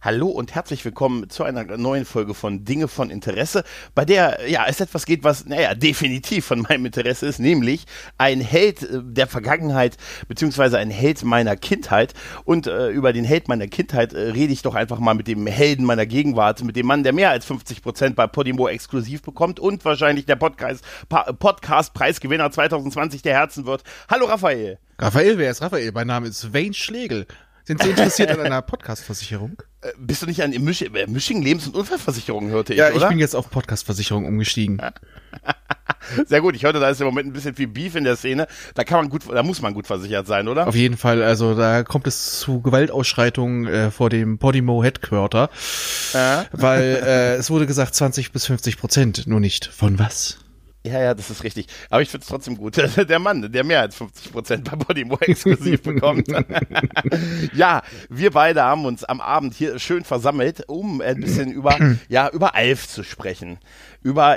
Hallo und herzlich willkommen zu einer neuen Folge von Dinge von Interesse, bei der es etwas geht, was definitiv von meinem Interesse ist, nämlich ein Held der Vergangenheit beziehungsweise ein Held meiner Kindheit. Und über den Held meiner Kindheit rede ich doch einfach mal mit dem Helden meiner Gegenwart, mit dem Mann, der mehr als 50% bei Podimo exklusiv bekommt und wahrscheinlich der Podcast-Preisgewinner 2020 der Herzen wird. Hallo Raphael. Raphael, wer ist Raphael? Mein Name ist Wayne Schlegel. Sind Sie interessiert an einer Podcast-Versicherung? Bist du nicht an Misching Lebens- und Unfallversicherung, hörte ich, ja, oder? Ja, ich bin jetzt auf Podcast-Versicherung umgestiegen. Sehr gut, ich hörte, da ist im Moment ein bisschen viel Beef in der Szene. Da muss man gut versichert sein, oder? Auf jeden Fall, also da kommt es zu Gewaltausschreitungen vor dem Podimo Headquarter, weil es wurde gesagt 20-50%, nur nicht. Von was? Ja, das ist richtig. Aber ich finde es trotzdem gut. Der Mann, der mehr als 50% bei Podimo exklusiv bekommt. Ja, wir beide haben uns am Abend hier schön versammelt, um ein bisschen über Alf zu sprechen. Über,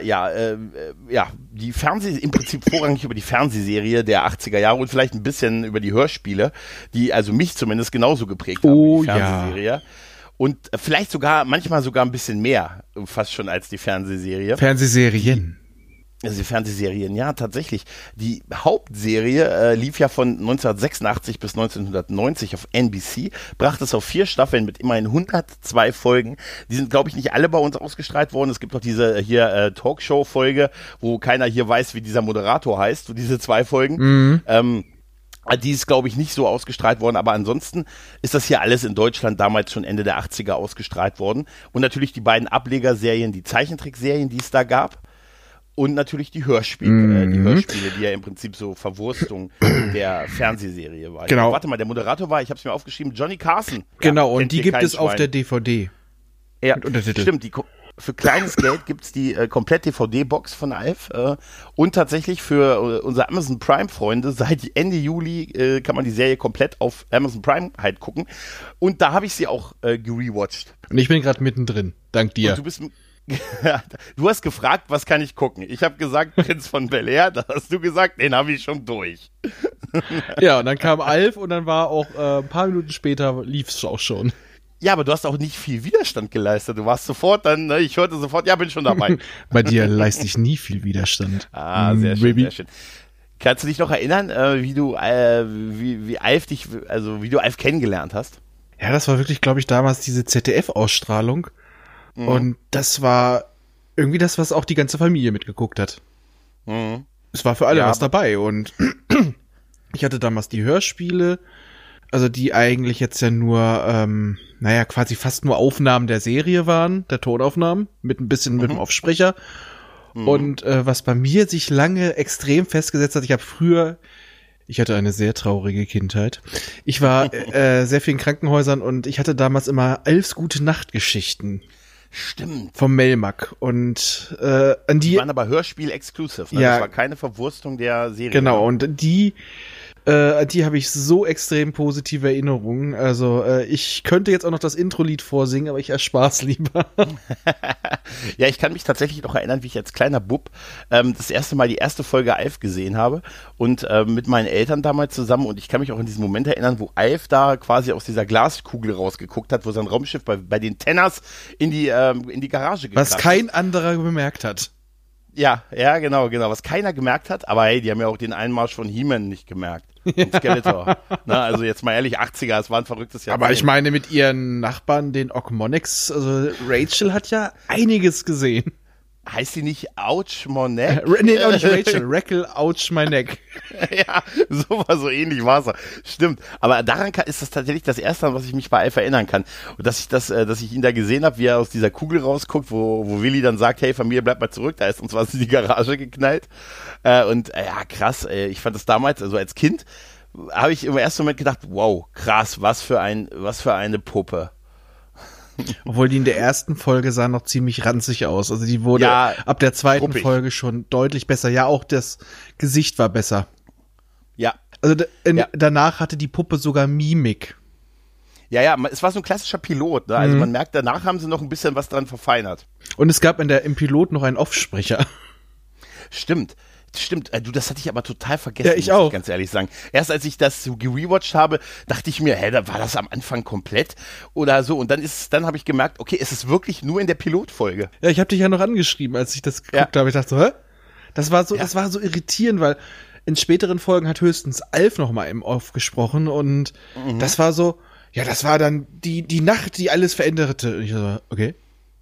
die im Prinzip vorrangig über die Fernsehserie der 80er Jahre und vielleicht ein bisschen über die Hörspiele, die also mich zumindest genauso geprägt haben wie die Fernsehserie. Ja. Und vielleicht manchmal sogar ein bisschen mehr, fast schon als die Fernsehserie. Fernsehserien. Also die Fernsehserien, ja, tatsächlich. Die Hauptserie lief ja von 1986 bis 1990 auf NBC, brachte es auf 4 Staffeln mit immerhin 102 Folgen. Die sind, glaube ich, nicht alle bei uns ausgestrahlt worden. Es gibt auch diese hier Talkshow-Folge, wo keiner hier weiß, wie dieser Moderator heißt, so diese 2 Folgen. Die ist, glaube ich, nicht so ausgestrahlt worden, aber ansonsten ist das hier alles in Deutschland damals schon Ende der 80er ausgestrahlt worden. Und natürlich die beiden Ablegerserien, die Zeichentrickserien, die es da gab. Und natürlich die Hörspiele, die ja im Prinzip so Verwurstung der Fernsehserie war. Genau. Warte mal, der Moderator war, ich habe es mir aufgeschrieben, Johnny Carson. Genau, und die gibt es auf der DVD. Ja, stimmt. Für kleines Geld gibt's die Komplett-DVD-Box von Alf. Und tatsächlich für unsere Amazon Prime-Freunde, seit Ende Juli kann man die Serie komplett auf Amazon Prime halt gucken. Und da habe ich sie auch gerewatcht. Und ich bin gerade mittendrin, dank dir. Und du hast gefragt, was kann ich gucken? Ich habe gesagt, Prinz von Bel-Air, da hast du gesagt, den habe ich schon durch. Ja, und dann kam Alf und dann war auch ein paar Minuten später lief's auch schon. Ja, aber du hast auch nicht viel Widerstand geleistet. Du warst sofort dann, ich hörte sofort, bin schon dabei. Bei dir leiste ich nie viel Widerstand. Sehr schön, sehr schön. Kannst du dich noch erinnern, wie du Alf kennengelernt hast? Ja, das war wirklich, glaube ich, damals diese ZDF-Ausstrahlung. Und das war irgendwie das, was auch die ganze Familie mitgeguckt hat. Es war für alle was dabei. Und ich hatte damals die Hörspiele, also die eigentlich jetzt ja nur, quasi fast nur Aufnahmen der Serie waren, der Tonaufnahmen, mit ein bisschen mit dem Aufsprecher. Und was bei mir sich lange extrem festgesetzt hat, ich hatte eine sehr traurige Kindheit. Ich war sehr viel in Krankenhäusern und ich hatte damals immer Alfs Gute-Nacht-Geschichten. Stimmt. Vom Melmac. Und an die waren aber Hörspiel-exclusive. Ja. Das war keine Verwurstung der Serie. Genau, und die habe ich so extrem positive Erinnerungen. Also ich könnte jetzt auch noch das Intro-Lied vorsingen, aber ich erspare es lieber. Ja, ich kann mich tatsächlich noch erinnern, wie ich als kleiner Bub das erste Mal die erste Folge Alf gesehen habe und mit meinen Eltern damals zusammen, und ich kann mich auch in diesen Moment erinnern, wo Alf da quasi aus dieser Glaskugel rausgeguckt hat, wo sein Raumschiff bei den Tenners in die Garage gekracht Was kein anderer bemerkt hat. Ja, genau, was keiner gemerkt hat, aber hey, die haben ja auch den Einmarsch von He-Man nicht gemerkt. Und Skeletor. Also jetzt mal ehrlich, 80er, es war ein verrücktes Jahr. Aber ich meine, mit ihren Nachbarn, den Ockmoneks, also Rachel hat ja einiges gesehen. Heißt die nicht Ouch Monek? Nee, auch nicht Rachel. Rackle, Ouch my neck. Ja, so ähnlich war's. Stimmt. Aber daran ist das tatsächlich das erste, an was ich mich bei Alf erinnern kann. Und dass ich ihn da gesehen habe, wie er aus dieser Kugel rausguckt, wo Willi dann sagt, hey, Familie, bleib mal zurück, da ist uns was in die Garage geknallt. Krass, ich fand das damals, also als Kind, habe ich im ersten Moment gedacht, wow, krass, was für eine Puppe. Obwohl die in der ersten Folge sah noch ziemlich ranzig aus. Also die wurde ab der zweiten Folge schon deutlich besser. Ja, auch das Gesicht war besser. Ja. Also danach hatte die Puppe sogar Mimik. Ja, es war so ein klassischer Pilot. Ne? Also man merkt, danach haben sie noch ein bisschen was dran verfeinert. Und es gab im Pilot noch einen Offsprecher. Stimmt. Stimmt, du, das hatte ich aber total vergessen, ja, ich auch. Muss ich ganz ehrlich sagen. Erst als ich das so gerewatcht habe, dachte ich mir, da war das am Anfang komplett oder so. Und dann habe ich gemerkt, okay, es ist wirklich nur in der Pilotfolge. Ja, ich habe dich ja noch angeschrieben, als ich das geguckt habe. Ich dachte so, hä? Das war so irritierend, weil in späteren Folgen hat höchstens Alf noch mal im Off gesprochen und das war so, ja, das war dann die Nacht, die alles veränderte. Und ich so, okay.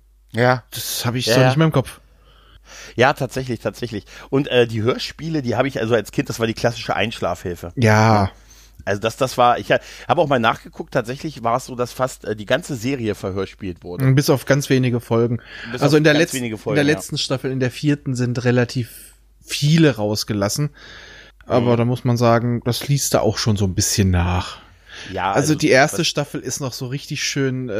Ja. Das habe ich so nicht mehr im Kopf. Ja, tatsächlich. Und die Hörspiele, die habe ich also als Kind, das war die klassische Einschlafhilfe. Ja. Also das war, ich habe auch mal nachgeguckt, tatsächlich war es so, dass fast die ganze Serie verhörspielt wurde. Bis auf ganz wenige Folgen. Also in der letzten Staffel, in der 4. sind relativ viele rausgelassen. Aber da muss man sagen, das liest da auch schon so ein bisschen nach. Ja. Also die erste Staffel ist noch so richtig schön,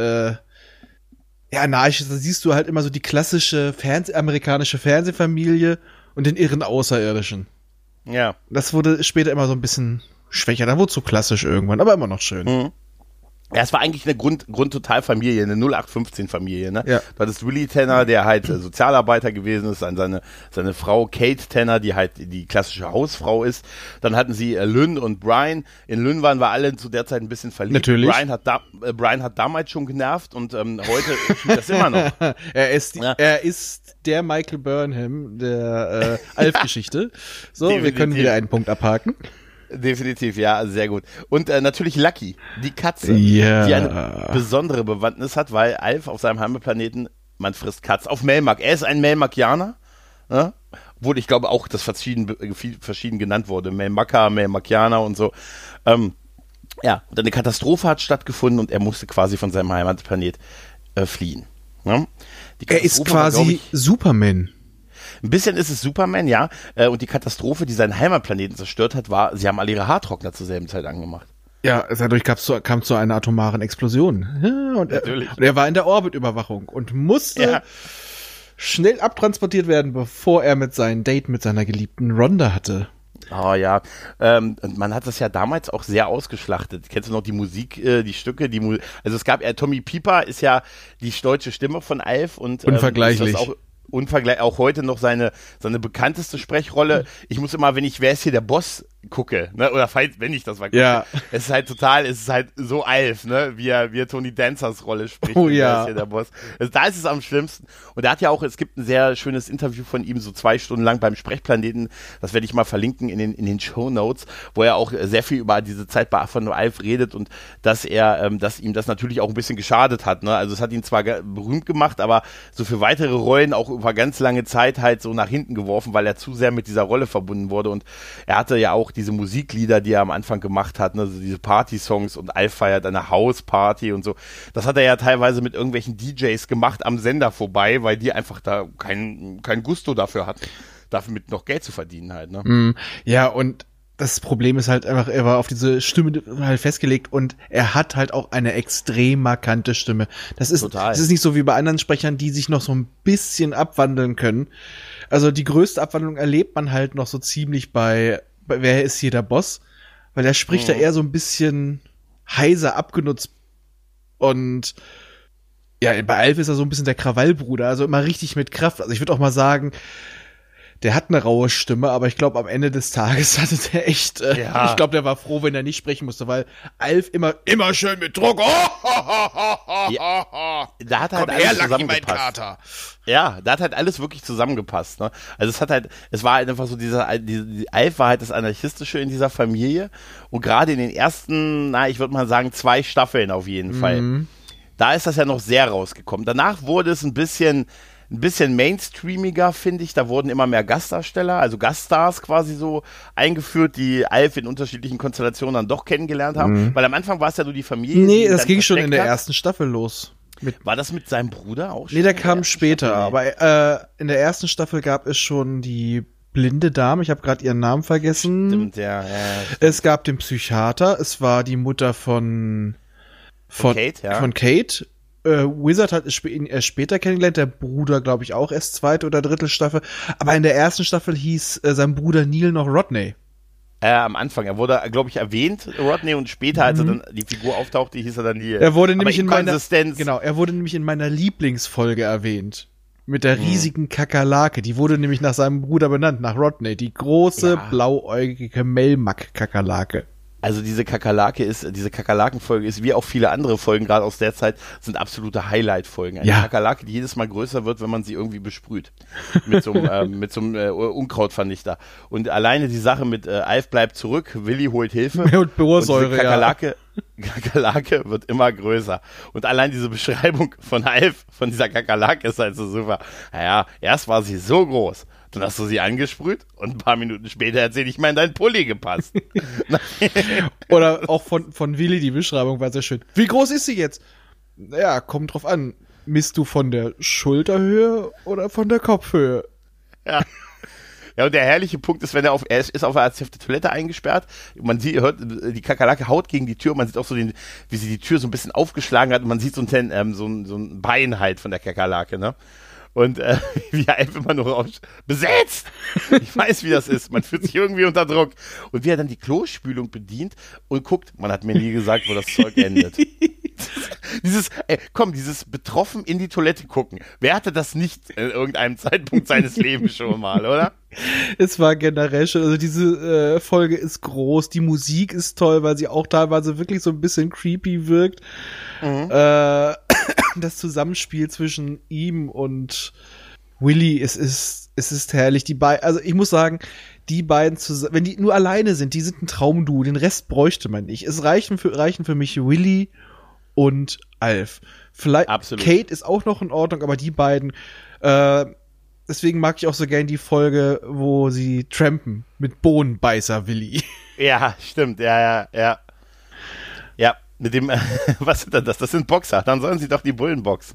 anarchisch. Da siehst du halt immer so die klassische amerikanische Fernsehfamilie und den irren Außerirdischen. Ja. Das wurde später immer so ein bisschen schwächer. Da wurde es so klassisch irgendwann, aber immer noch schön. Mhm. Ja, es war eigentlich eine Grundtotalfamilie, eine 0815-Familie, ne? Ja. Du hattest Willy Tanner, der halt Sozialarbeiter gewesen ist, dann seine Frau Kate Tanner, die halt die klassische Hausfrau ist. Dann hatten sie Lynn und Brian. In Lynn waren wir alle zu der Zeit ein bisschen verliebt. Natürlich. Brian hat damals schon genervt und heute tut das immer noch. Er ist der Michael Burnham der Alf-Geschichte. So, wir können wieder einen Punkt abhaken. Definitiv, ja, sehr gut. Und natürlich Lucky, die Katze, die eine besondere Bewandtnis hat, weil Alf auf seinem Heimatplaneten, man frisst Katz auf Melmac. Er ist ein Melmacianer, ne? Obwohl ich glaube auch, dass verschieden genannt wurde. Melmacer, Melmacianer und so. Und eine Katastrophe hat stattgefunden und er musste quasi von seinem Heimatplanet fliehen. Ne? Er ist quasi Superman. Ein bisschen ist es Superman, ja. Und die Katastrophe, die seinen Heimatplaneten zerstört hat, war, sie haben alle ihre Haartrockner zur selben Zeit angemacht. Ja, dadurch kam zu einer atomaren Explosion. Ja, und er war in der Orbitüberwachung und musste schnell abtransportiert werden, bevor er sein Date mit seiner geliebten Rhonda hatte. Oh ja, und man hat das ja damals auch sehr ausgeschlachtet. Kennst du noch die Musik, die Stücke? Also es gab Tommy Pieper ist ja die deutsche Stimme von Alf und unvergleichlich. Auch heute noch seine bekannteste Sprechrolle. Ich muss immer, wer ist hier der Boss, gucke, ne? Oder wenn ich das mal gucke. Ja. Es ist halt so Alf, ne? Wie er Tony Dancers Rolle spricht. Oh ja. Wer ist hier der Boss? Also, da ist es am schlimmsten. Und er hat ja auch, es gibt ein sehr schönes Interview von ihm, so 2 Stunden lang beim Sprechplaneten. Das werde ich mal verlinken in den Shownotes, wo er auch sehr viel über diese Zeit bei von Alf redet und dass ihm das natürlich auch ein bisschen geschadet hat, ne? Also es hat ihn zwar berühmt gemacht, aber so für weitere Rollen auch über ganz lange Zeit halt so nach hinten geworfen, weil er zu sehr mit dieser Rolle verbunden wurde und er hatte ja auch diese Musiklieder, die er am Anfang gemacht hat, ne, so diese Party-Songs und Alf feiert eine Hausparty und so. Das hat er ja teilweise mit irgendwelchen DJs gemacht am Sender vorbei, weil die einfach da kein Gusto dafür hatten, dafür mit noch Geld zu verdienen halt, ne? Ja, und das Problem ist halt einfach, er war auf diese Stimme halt festgelegt und er hat halt auch eine extrem markante Stimme. Das ist nicht so wie bei anderen Sprechern, die sich noch so ein bisschen abwandeln können. Also die größte Abwandlung erlebt man halt noch so ziemlich bei Wer ist hier der Boss? Weil er spricht da eher so ein bisschen heiser abgenutzt und ja, bei Alf ist er so ein bisschen der Krawallbruder, also immer richtig mit Kraft. Also ich würde auch mal sagen, der hat eine raue Stimme, aber ich glaube, am Ende des Tages hatte der echt, ich glaube, der war froh, wenn er nicht sprechen musste, weil Alf immer schön mit Druck, da hat halt alles zusammengepasst. Ja, da hat halt alles wirklich zusammengepasst, ne? Also es war halt einfach so die Alf war halt das Anarchistische in dieser Familie und gerade in den ersten, ich würde mal sagen, 2 Staffeln auf jeden Fall. Da ist das ja noch sehr rausgekommen. Danach wurde es ein bisschen mainstreamiger, finde ich. Da wurden immer mehr Gastdarsteller, also Gaststars quasi so eingeführt, die Alf in unterschiedlichen Konstellationen dann doch kennengelernt haben. Weil am Anfang war es ja nur die Familie. Nee, das ging schon in der ersten Staffel los. War das mit seinem Bruder auch schon? Nee, der kam später. Aber in der ersten Staffel gab es schon die blinde Dame. Ich habe gerade ihren Namen vergessen. Stimmt, ja. Es gab den Psychiater. Es war die Mutter von Kate, ja. Von Kate. Wizard hat ihn erst später kennengelernt, der Bruder, glaube ich, auch erst 2. oder 3. Staffel. Aber in der ersten Staffel hieß sein Bruder Neil noch Rodney. Am Anfang. Er wurde, glaube ich, erwähnt, Rodney, und später, als er dann die Figur auftauchte, hieß er dann Neil. Er wurde nämlich in meiner Lieblingsfolge erwähnt. mit der riesigen Kakerlake. Die wurde nämlich nach seinem Bruder benannt, nach Rodney. Die große, blauäugige Melmac-Kakerlake. Also diese Kakerlakenfolge ist, wie auch viele andere Folgen, gerade aus der Zeit, sind absolute Highlight-Folgen. Eine Kakerlake, die jedes Mal größer wird, wenn man sie irgendwie besprüht. Mit so einem Unkrautvernichter. Und alleine die Sache mit Alf bleibt zurück, Willi holt Hilfe. Und Bohrsäure, und Kakerlake wird immer größer. Und allein diese Beschreibung von Alf, von dieser Kakerlake, ist halt so super. Naja, erst war sie so groß. Dann hast du sie angesprüht und ein paar Minuten später hat sie nicht mehr in deinen Pulli gepasst. Oder auch von Willi, die Beschreibung war sehr schön. Wie groß ist sie jetzt? Naja, kommt drauf an. Misst du von der Schulterhöhe oder von der Kopfhöhe? Ja. Ja, und der herrliche Punkt ist, er ist auf der Toilette eingesperrt, hört, die Kakerlake haut gegen die Tür, man sieht auch so wie sie die Tür so ein bisschen aufgeschlagen hat und man sieht so ein Bein halt von der Kakerlake, ne? Und wie er einfach immer nur raus, besetzt! Ich weiß, wie das ist. Man fühlt sich irgendwie unter Druck. Und wie er dann die Klospülung bedient und guckt, man hat mir nie gesagt, wo das Zeug endet. Dieses betroffen in die Toilette gucken. Wer hatte das nicht in irgendeinem Zeitpunkt seines Lebens schon mal, oder? Es war generell schon, also diese Folge ist groß, die Musik ist toll, weil sie auch teilweise wirklich so ein bisschen creepy wirkt. Das Zusammenspiel zwischen ihm und Willi, es ist herrlich. Also ich muss sagen, die beiden zusammen, wenn die nur alleine sind, die sind ein Traumduo, den Rest bräuchte man nicht. Es reichen für mich Willi und Alf. Vielleicht Absolut. Kate ist auch noch in Ordnung, aber die beiden, deswegen mag ich auch so gern die Folge, wo sie trampen mit Bohnenbeißer Willi. Ja, stimmt, ja. Ja, mit dem, was sind das? Das sind Boxer, dann sollen sie doch die Bullen boxen.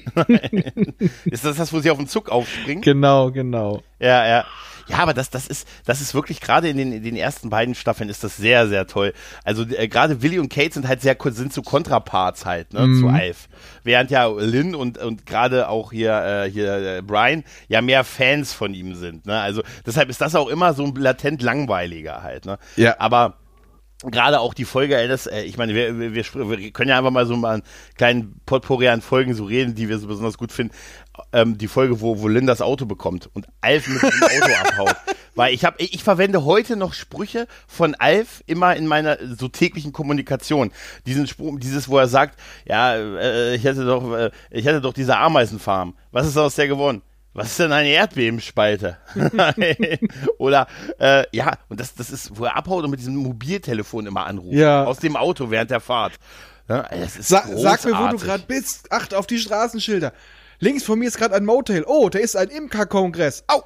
Ist das, wo sie auf den Zug aufspringen? Genau. Ja. Ja, aber das ist wirklich, gerade in den ersten beiden Staffeln ist das sehr, sehr toll. Also gerade Willi und Kate sind so Kontraparts halt, ne, zu Alf. Während ja Lynn und gerade auch hier Brian ja mehr Fans von ihm sind, ne. Also deshalb ist das auch immer so ein latent langweiliger halt, ne. Ja. Aber gerade auch die Folge, ich meine, wir können ja einfach mal so einen kleinen Potpourri an Folgen so reden, die wir so besonders gut finden. Die Folge, wo Lynn das Auto bekommt und Alf mit dem Auto abhaut. Weil ich verwende heute noch Sprüche von Alf immer in meiner so täglichen Kommunikation. Diesen Spruch, wo er sagt, ja, ich hätte doch diese Ameisenfarm. Was ist aus der geworden? Was ist denn eine Erdbebenspalte? Oder, und das ist, wo er abhaut und mit diesem Mobiltelefon immer anruft. Ja. Aus dem Auto während der Fahrt. Ja, das ist Sag mir, wo du gerade bist. Acht auf die Straßenschilder. Links von mir ist gerade ein Motel. Oh, da ist ein Imkerkongress. Au.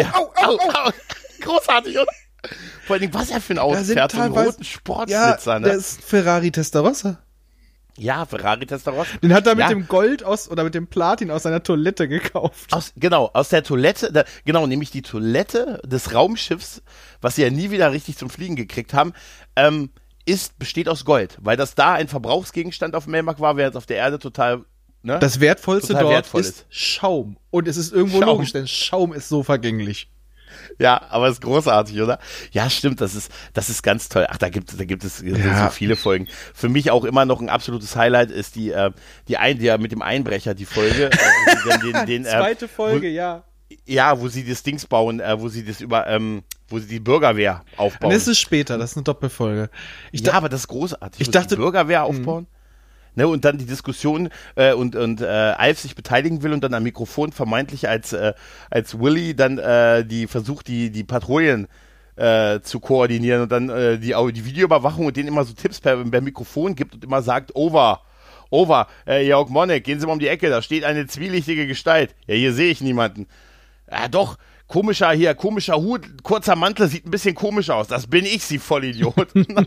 Großartig, oder? Vor allem, was er für ein Auto fährt, so einen roten Sportflitzer, ne? Der ist Ferrari Testarossa. Ja, Ferrari Testarossa. Den hat er mit dem Gold oder mit dem Platin aus seiner Toilette gekauft. Aus der Toilette, nämlich die Toilette des Raumschiffs, was sie ja nie wieder richtig zum Fliegen gekriegt haben, besteht aus Gold, weil das da ein Verbrauchsgegenstand auf Melmac war, während es auf der Erde total, ne? Das Wertvollste total dort wertvoll ist Schaum. Und es ist irgendwo logisch, denn Schaum ist so vergänglich. Ja, aber ist großartig, oder? Ja, stimmt, das ist ganz toll. Ach, da gibt es so viele Folgen. Für mich auch immer noch ein absolutes Highlight ist die mit dem Einbrecher, die Folge. Die zweite Folge, ja. Ja, wo sie das Dings bauen, wo sie die Bürgerwehr aufbauen. Das ist später, das ist eine Doppelfolge. Aber das ist großartig. Ich dachte, die Bürgerwehr aufbauen. Ne, und dann die Diskussion und Alf sich beteiligen will und dann am Mikrofon vermeintlich als Willy dann versucht, die Patrouillen zu koordinieren und dann die Videoüberwachung und denen immer so Tipps per Mikrofon gibt und immer sagt, over, Jörg Monnek, gehen Sie mal um die Ecke, da steht eine zwielichtige Gestalt. Ja, hier sehe ich niemanden. Ja, doch. Komischer Hut, kurzer Mantel, sieht ein bisschen komisch aus. Das bin ich, Sie Vollidiot. Nein.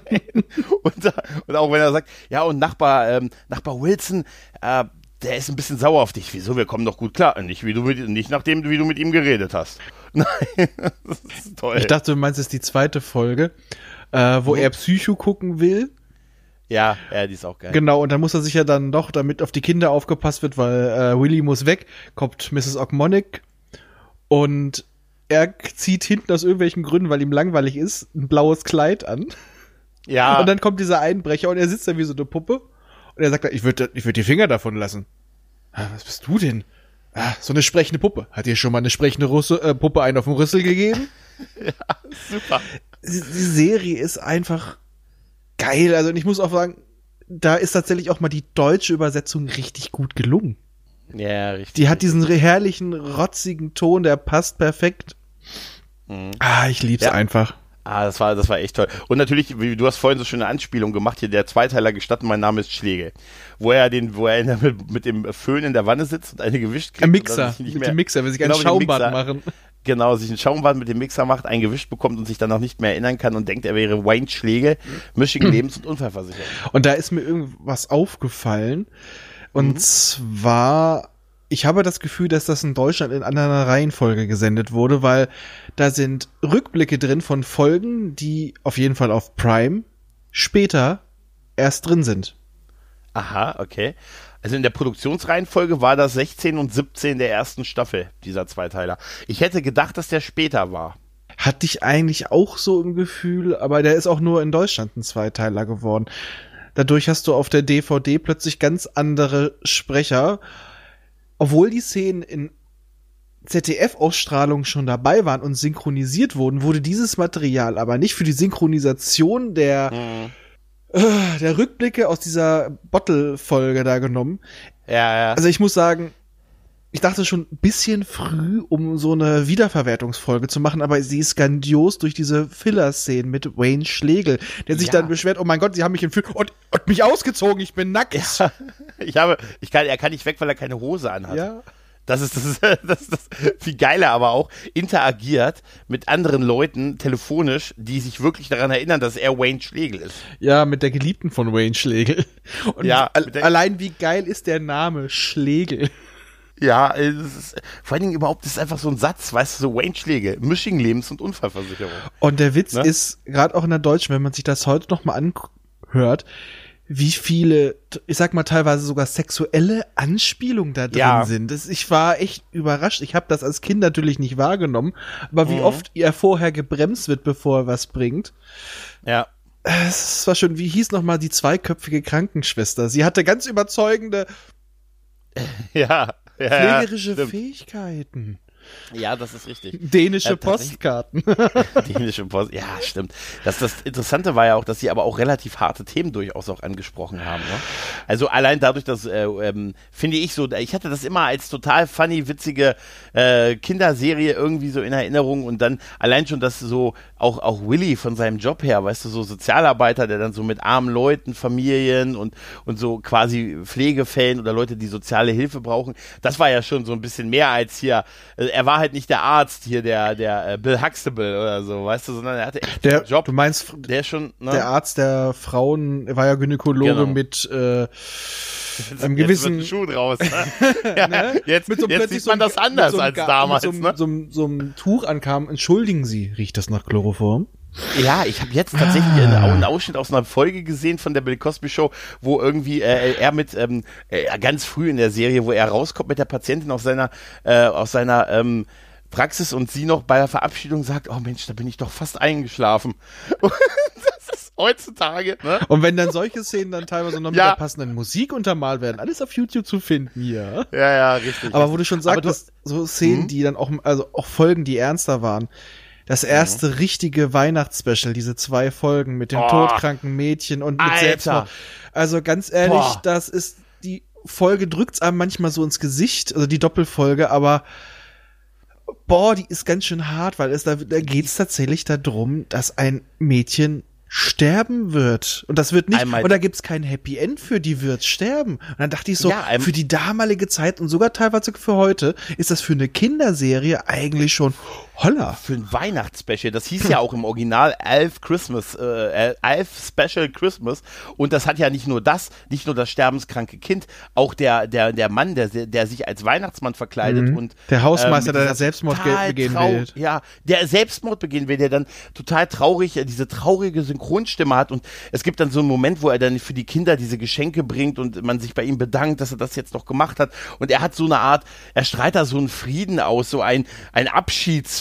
Und auch wenn er sagt, ja, und Nachbar Wilson, der ist ein bisschen sauer auf dich. Wieso? Wir kommen doch gut klar. Nicht nachdem wie du mit ihm geredet hast. Nein, das ist toll. Ich dachte, du meinst jetzt die zweite Folge, wo er Psycho gucken will. Ja, die ist auch geil. Genau, und dann muss er sich ja dann doch, damit auf die Kinder aufgepasst wird, weil Willy muss weg, kommt Mrs. Ogmonic und er zieht hinten aus irgendwelchen Gründen, weil ihm langweilig ist, ein blaues Kleid an. Ja. Und dann kommt dieser Einbrecher und er sitzt da wie so eine Puppe. Und er sagt, ich würde die Finger davon lassen. Was bist du denn? so eine sprechende Puppe. Hat dir schon mal eine sprechende Puppe einen auf den Rüssel gegeben? Ja, super. Die Serie ist einfach geil. Also ich muss auch sagen, da ist tatsächlich auch mal die deutsche Übersetzung richtig gut gelungen. Ja, richtig. Die hat diesen herrlichen, rotzigen Ton, der passt perfekt. Ich lieb's einfach. Das war echt toll. Und natürlich, du hast vorhin so schöne Anspielung gemacht, hier der Zweiteiler Gestatten, mein Name ist Schlegel. Wo er mit dem Föhn in der Wanne sitzt und eine gewischt kriegt. Ein Mixer, mit dem Mixer, will sich ein Schaumbad machen. Genau, sich ein Schaumbad mit dem Mixer macht, ein gewischt bekommt und sich dann auch nicht mehr erinnern kann und denkt, er wäre Wayne Schlegel, Michigan Lebens- und Unfallversicherung. Und da ist mir irgendwas aufgefallen. Und zwar, ich habe das Gefühl, dass das in Deutschland in anderer Reihenfolge gesendet wurde, weil da sind Rückblicke drin von Folgen, die auf jeden Fall auf Prime später erst drin sind. Aha, okay. Also in der Produktionsreihenfolge war das 16 und 17 der ersten Staffel, dieser Zweiteiler. Ich hätte gedacht, dass der später war. Hatte ich eigentlich auch so im Gefühl, aber der ist auch nur in Deutschland ein Zweiteiler geworden. Dadurch hast du auf der DVD plötzlich ganz andere Sprecher. Obwohl die Szenen in ZDF-Ausstrahlungen schon dabei waren und synchronisiert wurden, wurde dieses Material aber nicht für die Synchronisation der Rückblicke aus dieser Bottle-Folge da genommen. Ja. Also ich muss sagen, ich dachte schon ein bisschen früh, um so eine Wiederverwertungsfolge zu machen, aber sie ist grandios durch diese Filler-Szenen mit Wayne Schlegel, der sich dann beschwert, oh mein Gott, sie haben mich entführt und mich ausgezogen, ich bin nackt. Ja, er kann nicht weg, weil er keine Hose anhat. Ja. Das ist viel geiler, aber auch interagiert mit anderen Leuten telefonisch, die sich wirklich daran erinnern, dass er Wayne Schlegel ist. Ja, mit der Geliebten von Wayne Schlegel. Und ja, allein wie geil ist der Name Schlegel? Ja, vor allen Dingen überhaupt, das ist einfach so ein Satz, weißt du, so Wayne Schlegel, Michigan Lebens- und Unfallversicherung. Und der Witz ist, gerade auch in der Deutschen, wenn man sich das heute noch mal anhört, wie viele, ich sag mal teilweise sogar sexuelle Anspielungen da drin sind. Ich war echt überrascht. Ich habe das als Kind natürlich nicht wahrgenommen, aber wie oft er vorher gebremst wird, bevor er was bringt. Ja. Es war schön, wie hieß noch mal die zweiköpfige Krankenschwester? Sie hatte ganz überzeugende pflegerische Fähigkeiten. Ja, das ist richtig. Dänische Postkarten. Dänische Post, ja, stimmt. Das Interessante war ja auch, dass sie aber auch relativ harte Themen durchaus auch angesprochen haben. Ne? Also allein dadurch, dass, finde ich so, ich hatte das immer als total funny, witzige Kinderserie irgendwie so in Erinnerung und dann allein schon, dass so auch Willy von seinem Job her, weißt du, so Sozialarbeiter, der dann so mit armen Leuten, Familien und so quasi Pflegefällen oder Leute, die soziale Hilfe brauchen, das war ja schon so ein bisschen mehr als hier, er war halt nicht der Arzt hier, der Bill Huxtable oder so, weißt du, sondern er hatte echt einen Job. Du meinst, der schon, ne? Der Arzt der Frauen, er war ja Gynäkologe mit einem gewissen jetzt wird ein Schuh draus. Ne? Ja, ne? Jetzt sieht man das anders als damals. Mit so einem Tuch ankam, entschuldigen Sie, riecht das nach Chloroform? Ja, ich habe jetzt tatsächlich einen Ausschnitt aus einer Folge gesehen von der Bill Cosby Show, wo irgendwie er mit ganz früh in der Serie, wo er rauskommt mit der Patientin aus seiner Praxis und sie noch bei der Verabschiedung sagt, oh Mensch, da bin ich doch fast eingeschlafen. Das ist heutzutage, ne? Und wenn dann solche Szenen dann teilweise noch mit der passenden Musik untermalt werden, alles auf YouTube zu finden hier. Ja, richtig. Aber wo du schon sagst, so Szenen, die dann auch Folgen, die ernster waren. Das erste richtige Weihnachtsspecial, diese 2 Folgen mit dem todkranken Mädchen und mit Selbstmord. Also ganz ehrlich, das ist, die Folge drückt's einem manchmal so ins Gesicht, also die Doppelfolge, aber die ist ganz schön hart, weil da geht's tatsächlich darum, dass ein Mädchen sterben wird. Und das wird nicht, und da gibt's kein Happy End für, die wird sterben. Und dann dachte ich so, für die damalige Zeit und sogar teilweise für heute, ist das für eine Kinderserie eigentlich schon holla. Für ein Weihnachtsspecial. Das hieß ja auch im Original Elf Special Christmas. Und das hat ja nicht nur das sterbenskranke Kind, auch der Mann, der sich als Weihnachtsmann verkleidet und der Hausmeister, der Selbstmord begehen will. Ja, der Selbstmord begehen will, der dann total traurig, diese traurige Synchronstimme hat. Und es gibt dann so einen Moment, wo er dann für die Kinder diese Geschenke bringt und man sich bei ihm bedankt, dass er das jetzt noch gemacht hat. Und er hat so eine Art, er strahlt da so einen Frieden aus, so ein Abschiedsfrieden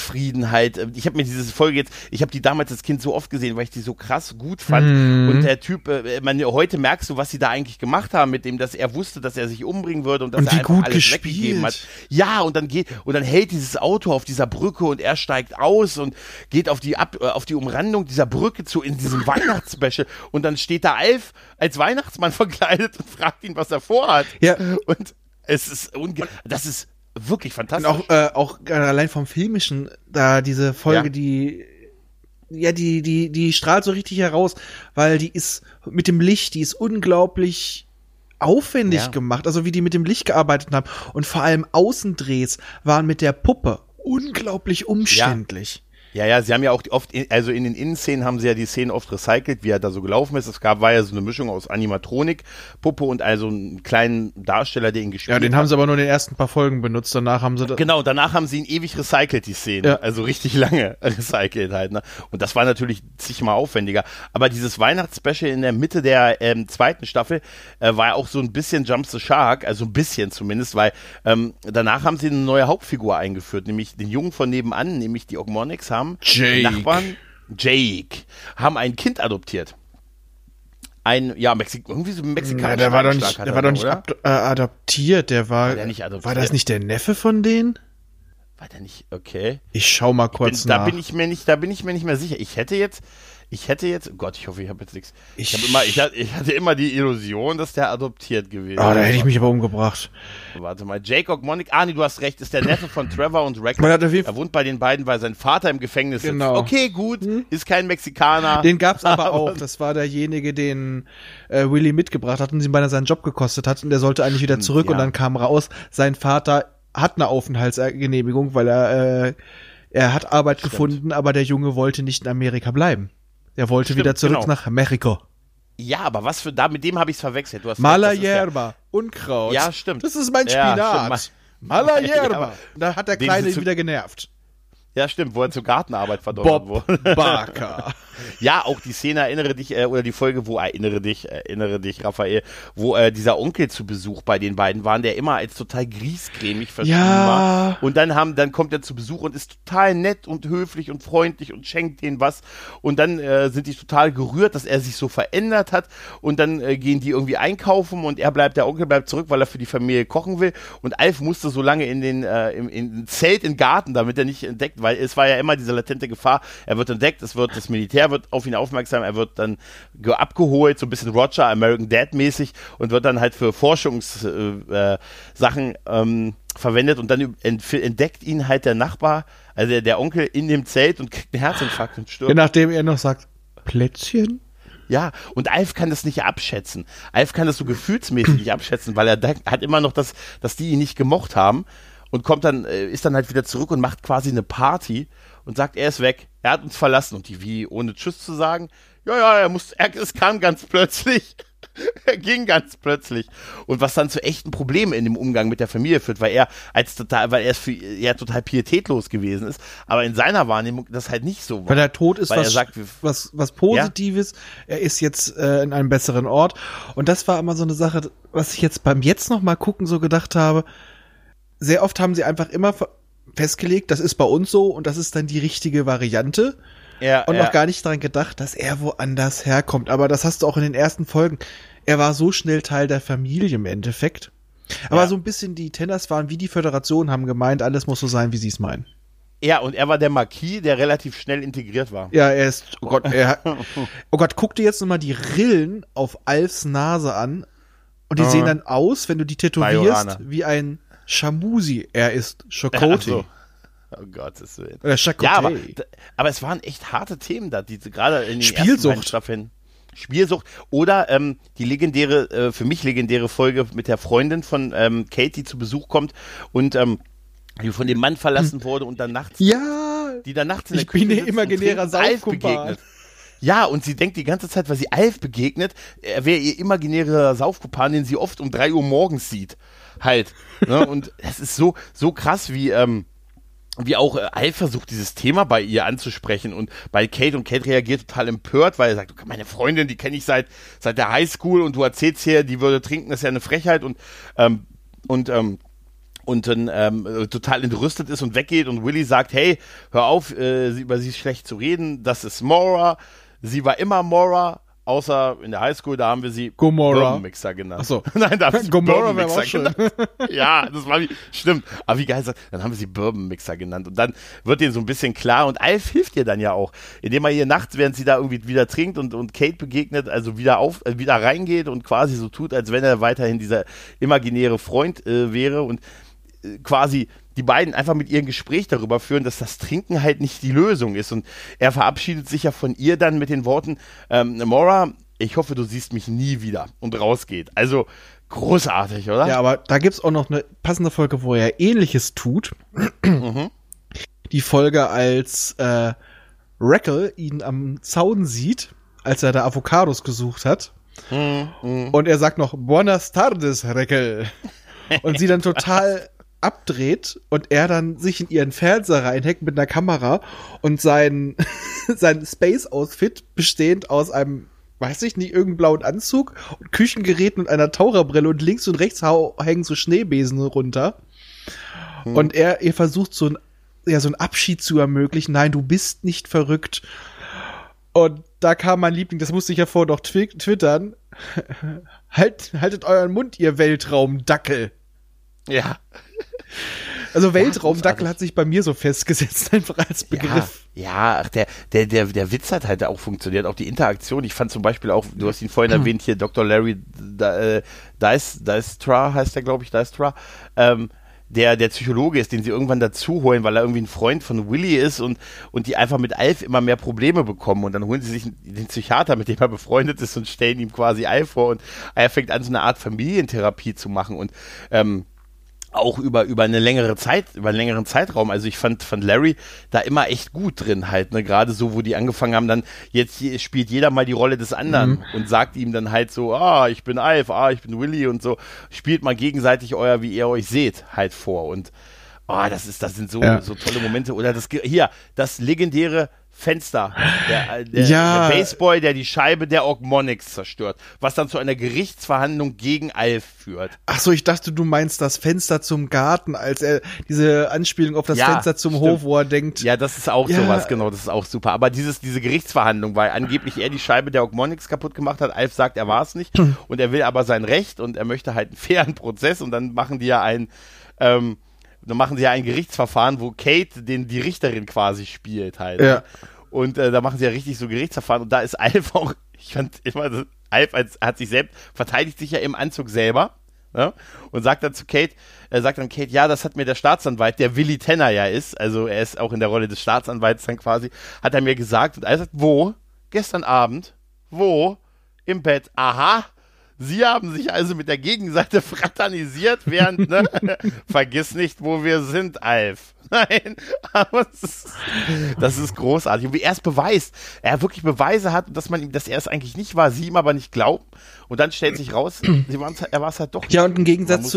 Unzufriedenheit. Ich habe mir diese Folge ich habe die damals als Kind so oft gesehen, weil ich die so krass gut fand. Und der Typ, heute merkst du, was sie da eigentlich gemacht haben mit dem, dass er wusste, dass er sich umbringen würde und dass er einfach alles weggegeben hat. Ja, und dann hält dieses Auto auf dieser Brücke und er steigt aus und geht auf die Umrandung dieser Brücke in diesem Weihnachtsspecial und dann steht da Alf als Weihnachtsmann verkleidet und fragt ihn, was er vorhat. Ja. Und das ist wirklich fantastisch. Und auch allein vom Filmischen, da diese Folge, die strahlt so richtig heraus, weil die ist mit dem Licht, die ist unglaublich aufwendig gemacht, also wie die mit dem Licht gearbeitet haben. Und vor allem Außendrehs waren mit der Puppe unglaublich umständlich. Ja, sie haben ja auch oft, also in den Innenszenen haben sie ja die Szenen oft recycelt, wie er da so gelaufen ist. War ja so eine Mischung aus Animatronik-Puppe und also einen kleinen Darsteller, der ihn gespielt hat. Ja, den haben sie aber nur in den ersten paar Folgen benutzt, danach haben sie Genau, danach haben sie ihn ewig recycelt, die Szene. Also richtig lange recycelt halt, ne? Und das war natürlich zigmal aufwendiger. Aber dieses Weihnachtsspecial in der Mitte der zweiten Staffel war ja auch so ein bisschen Jump the Shark, also ein bisschen zumindest, weil danach haben sie eine neue Hauptfigur eingeführt, nämlich den Jungen von nebenan, nämlich die Ogmonics Nachbarn, Jake, haben ein Kind adoptiert. Irgendwie so ein mexikanischer. Der war doch nicht adoptiert, war nicht adoptiert. War das nicht der Neffe von denen? War der nicht, okay. Ich schau mal kurz nach. Da bin ich mir nicht mehr sicher. Ich hätte jetzt, oh Gott, ich hoffe, ich habe jetzt nichts. Ich hatte immer die Illusion, dass der adoptiert gewesen ist. Da hätte ich mich aber umgebracht. Warte mal, Jake Ogmonic, nee, du hast recht, ist der Neffe von Trevor und Rex. Er wohnt bei den beiden, weil sein Vater im Gefängnis sitzt. Okay, gut, ist kein Mexikaner. Den gab's aber auch, das war derjenige, den Willy mitgebracht hat und ihm beinahe seinen Job gekostet hat und der sollte eigentlich wieder zurück und dann kam raus, sein Vater hat eine Aufenthaltsgenehmigung, weil er hat Arbeit gefunden, aber der Junge wollte nicht in Amerika bleiben. Er wollte wieder zurück nach Mexiko. Ja, aber mit dem habe ich es verwechselt. Mala Hierba, Unkraut. Ja, stimmt. Das ist mein Spinat. Mala Hierba. Da hat der Kleine wieder genervt. Ja, stimmt, wo er zur Gartenarbeit verdonnert wurde. Bob Barker. Ja, auch die Szene, erinnere dich, Raphael, wo dieser Onkel zu Besuch bei den beiden waren, der immer als total griesgrämig verschrieben war. Und dann kommt er zu Besuch und ist total nett und höflich und freundlich und schenkt denen was. Und dann sind die total gerührt, dass er sich so verändert hat. Und dann gehen die irgendwie einkaufen und der Onkel bleibt zurück, weil er für die Familie kochen will. Und Alf musste so lange in den Zelt im Garten, damit er nicht entdeckt, weil es war ja immer diese latente Gefahr, er wird entdeckt, das Militär wird auf ihn aufmerksam, er wird dann abgeholt, so ein bisschen Roger, American Dad mäßig und wird dann halt für Forschungssachen verwendet und dann entdeckt ihn halt der Nachbar, also der Onkel in dem Zelt und kriegt einen Herzinfarkt und stirbt. Nachdem er noch sagt, Plätzchen? Ja, und Alf kann das nicht abschätzen. Alf kann das so gefühlsmäßig nicht abschätzen, weil er hat immer noch dass die ihn nicht gemocht haben. Und ist dann halt wieder zurück und macht quasi eine Party und sagt, er ist weg. Er hat uns verlassen. Und die, wie, ohne Tschüss zu sagen, es kam ganz plötzlich. Er ging ganz plötzlich. Und was dann zu echten Problemen in dem Umgang mit der Familie führt, weil er total pietätlos gewesen ist. Aber in seiner Wahrnehmung das halt nicht so war. Weil der Tod ist was Positives. Ja? Er ist jetzt in einem besseren Ort. Und das war immer so eine Sache, was ich jetzt beim noch mal gucken so gedacht habe. Sehr oft haben sie einfach immer festgelegt, das ist bei uns so und das ist dann die richtige Variante. Und noch gar nicht daran gedacht, dass er woanders herkommt. Aber das hast du auch in den ersten Folgen. Er war so schnell Teil der Familie im Endeffekt. Aber so ein bisschen die Tenners waren wie die Föderation, haben gemeint, alles muss so sein, wie sie es meinen. Ja, und er war der Marquis, der relativ schnell integriert war. Ja, guck dir jetzt nochmal die Rillen auf Alfs Nase an. Und die sehen dann aus, wenn du die tätowierst, wie ein Shamusi. Er ist Chakotay. Oh Gottes Willen. Oder Chakotay. Ja, aber es waren echt harte Themen da, die gerade in den ersten beiden Staffeln. Spielsucht oder die für mich legendäre Folge mit der Freundin von Kate, die zu Besuch kommt und die von dem Mann verlassen wurde und dann nachts in der Küche bin imaginärer Saufkumpan. Ja, und sie denkt die ganze Zeit, weil sie Alf begegnet, er wäre ihr imaginärer Saufkumpan, den sie oft um 3 Uhr morgens sieht. Halt. Ne? Und es ist so krass, wie auch Alf versucht, dieses Thema bei ihr anzusprechen und bei Kate, und Kate reagiert total empört, weil er sagt, meine Freundin, die kenne ich seit der Highschool und du erzählst hier, die würde trinken, das ist ja eine Frechheit und und dann total entrüstet ist und weggeht und Willy sagt, hey, hör auf, über sie schlecht zu reden, das ist Mora, sie war immer Mora, außer in der Highschool, da haben wir sie Bourbon-Mixer genannt. Achso. Nein, da haben wir sie Bourbon-Mixer genannt. Ja, das war stimmt. Aber wie geil ist das? Dann haben wir sie Bourbon-Mixer genannt. Und dann wird denen so ein bisschen klar. Und Alf hilft ihr dann ja auch, indem er ihr nachts, während sie da irgendwie wieder trinkt und Kate begegnet, also wieder reingeht und quasi so tut, als wenn er weiterhin dieser imaginäre Freund wäre und quasi die beiden einfach mit ihr ein Gespräch darüber führen, dass das Trinken halt nicht die Lösung ist. Und er verabschiedet sich ja von ihr dann mit den Worten, Mora, ich hoffe, du siehst mich nie wieder, und rausgeht. Also großartig, oder? Ja, aber da gibt's auch noch eine passende Folge, wo er Ähnliches tut. Die Folge, als Rackle ihn am Zaun sieht, als er da Avocados gesucht hat. Und er sagt noch, Buenas tardes, Rackle. Und sie dann total abdreht und er dann sich in ihren Fernseher reinhackt mit einer Kamera und sein Space-Outfit bestehend aus einem, weiß ich nicht, irgendeinem blauen Anzug und Küchengeräten und einer Taucherbrille und links und rechts hängen so Schneebesen runter. Und er versucht so einen Abschied zu ermöglichen. Nein, du bist nicht verrückt. Und da kam mein Liebling, das musste ich ja vorher noch twittern. Haltet euren Mund, ihr Weltraumdackel. Ja. Also Weltraumdackel hat sich bei mir so festgesetzt, einfach als Begriff. Ja, ach, der Witz hat halt auch funktioniert, auch die Interaktion. Ich fand zum Beispiel auch, du hast ihn vorhin erwähnt, hier Dr. Larry Dijkstra heißt der, glaube ich, Dijkstra, der Psychologe ist, den sie irgendwann dazu holen, weil er irgendwie ein Freund von Willy ist und die einfach mit Alf immer mehr Probleme bekommen und dann holen sie sich den Psychiater, mit dem er befreundet ist und stellen ihm quasi Alf vor und er fängt an, so eine Art Familientherapie zu machen und auch über eine längere Zeit, über einen längeren Zeitraum. Also ich fand Larry da immer echt gut drin halt, ne, gerade so, wo die angefangen haben, dann jetzt spielt jeder mal die Rolle des anderen und sagt ihm dann halt so, ich bin Alf, ich bin Willy und so, spielt mal gegenseitig wie ihr euch seht, halt vor und das sind so tolle Momente oder das legendäre Fenster, der Baseboy, der die Scheibe der Ogmonix zerstört, was dann zu einer Gerichtsverhandlung gegen Alf führt. Ach so, ich dachte, du meinst das Fenster zum Garten, als er diese Anspielung auf das Fenster zum Hof, wo er denkt. Ja, das ist auch sowas, genau, das ist auch super. Aber diese Gerichtsverhandlung, weil angeblich er die Scheibe der Ogmonix kaputt gemacht hat, Alf sagt, er war es nicht und er will aber sein Recht und er möchte halt einen fairen Prozess und dann machen die ja ein Gerichtsverfahren, wo Kate die Richterin quasi spielt halt. Ja. Und da machen sie ja richtig so Gerichtsverfahren und da ist Alf auch, ich fand immer, Alf hat sich selbst, verteidigt sich ja im Anzug selber, ne? Und sagt dann Kate, ja, das hat mir der Staatsanwalt, der Willy Tanner ja ist, also er ist auch in der Rolle des Staatsanwalts dann quasi, hat er mir gesagt und Alf sagt, wo? Gestern Abend? Wo? Im Bett. Aha. Sie haben sich also mit der Gegenseite fraternisiert, während, ne? Vergiss nicht, wo wir sind, Alf. Nein, aber das ist großartig. Und wie er es beweist, er wirklich Beweise hat, dass er es eigentlich nicht war, sie ihm aber nicht glauben. Und dann stellt sich raus, er war es halt doch nicht. Ja, und im Gegensatz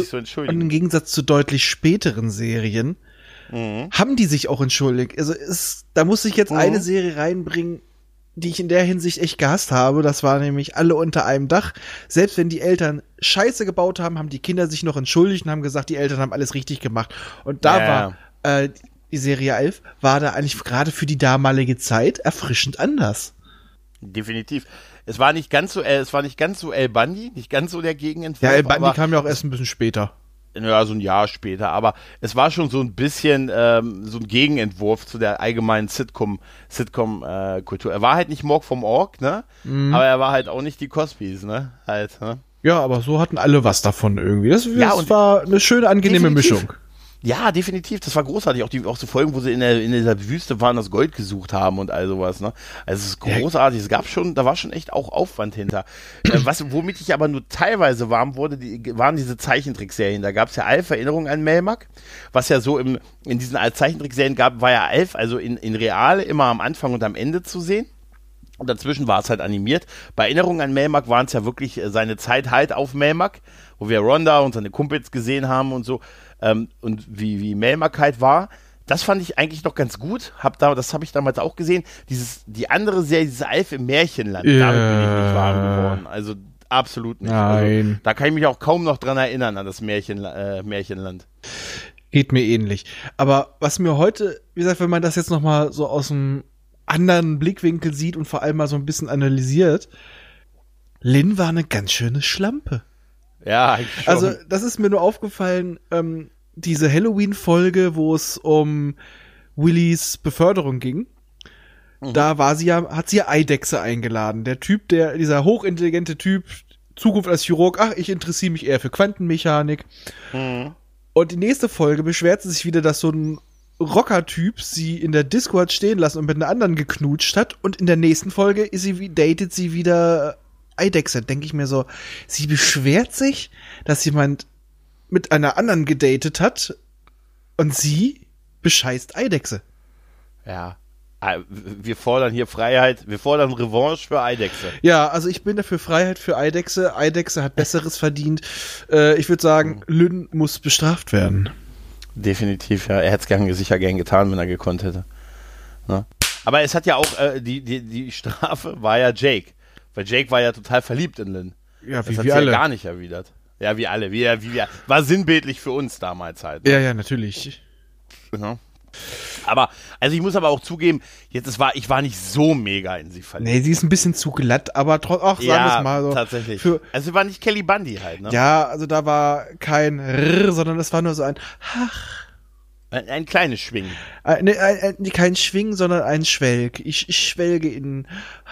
zu deutlich späteren Serien haben die sich auch entschuldigt. Also da muss ich jetzt eine Serie reinbringen, die ich in der Hinsicht echt gehasst habe. Das war nämlich Alle unter einem Dach. Selbst wenn die Eltern Scheiße gebaut haben, haben die Kinder sich noch entschuldigt und haben gesagt, die Eltern haben alles richtig gemacht. Und da war die Serie 11, war da eigentlich gerade für die damalige Zeit erfrischend anders. Definitiv. Es war nicht ganz so El Bundy, nicht ganz so der Gegenentwurf. Ja, El Bundy kam ja auch erst ein bisschen später. Ja, so ein Jahr später, aber es war schon so ein bisschen so ein Gegenentwurf zu der allgemeinen Sitcom-Kultur. Er war halt nicht Mork vom Ork, ne? Aber er war halt auch nicht die Cosbys, ne? Halt, ne? Ja, aber so hatten alle was davon irgendwie. Das war eine schöne, angenehme Mischung. Ja, definitiv. Das war großartig. Auch so Folgen, wo sie in der Wüste waren, das Gold gesucht haben und all sowas, ne? Also es ist großartig. Da war schon echt auch Aufwand hinter. Womit ich aber nur teilweise warm wurde, waren diese Zeichentrickserien. Da gab es ja Alf, Erinnerung an Melmac. Was ja so in diesen Zeichentrickserien gab, war ja Alf, also in Real immer am Anfang und am Ende zu sehen. Und dazwischen war es halt animiert. Bei Erinnerung an Melmac waren es ja wirklich seine Zeit halt auf Melmac, wo wir Rhonda und seine Kumpels gesehen haben und so. Und wie Melmac halt war, das fand ich eigentlich noch ganz gut. Das habe ich damals auch gesehen. Die andere Serie, diese Alf im Märchenland, damit bin ich nicht warm geworden. Also absolut nicht. Nein. Also, da kann ich mich auch kaum noch dran erinnern, an das Märchenland. Geht mir ähnlich. Aber was mir heute, wie gesagt, wenn man das jetzt nochmal so aus einem anderen Blickwinkel sieht und vor allem mal so ein bisschen analysiert, Lynn war eine ganz schöne Schlampe. Ja, schon. Also das ist mir nur aufgefallen, diese Halloween-Folge, wo es um Willys Beförderung ging, da hat sie ja Eidechse eingeladen. Der Typ, dieser hochintelligente Typ, Zukunft als Chirurg, ich interessiere mich eher für Quantenmechanik. Und die nächste Folge beschwert sie sich wieder, dass so ein Rocker-Typ sie in der Disco hat stehen lassen und mit einer anderen geknutscht hat. Und in der nächsten Folge datet sie wieder Eidechse. Denke ich mir so, sie beschwert sich, dass jemand mit einer anderen gedatet hat und sie bescheißt Eidechse. Ja. Wir fordern hier Freiheit, wir fordern Revanche für Eidechse. Ja, also ich bin dafür Freiheit für Eidechse. Eidechse hat Besseres verdient. Ich würde sagen, Lynn muss bestraft werden. Definitiv, ja. Er hätte es sicher gern getan, wenn er gekonnt hätte. Ne? Aber es hat ja auch, die Strafe war ja Jake. Weil Jake war ja total verliebt in Lynn. Ja, das hat sie ja gar nicht erwidert. Ja, wie alle. War sinnbildlich für uns damals halt. Ne? Ja, natürlich. Ja. Aber, also ich muss aber auch zugeben, ich war nicht so mega in sie verliebt. Nee, sie ist ein bisschen zu glatt, aber sagen wir es mal so. Tatsächlich. Also sie war nicht Kelly Bundy halt, ne? Ja, also da war kein Rrr, sondern es war nur so ein ein kleines Schwingen. Kein Schwingen, sondern ein Schwelg. Ich schwelge in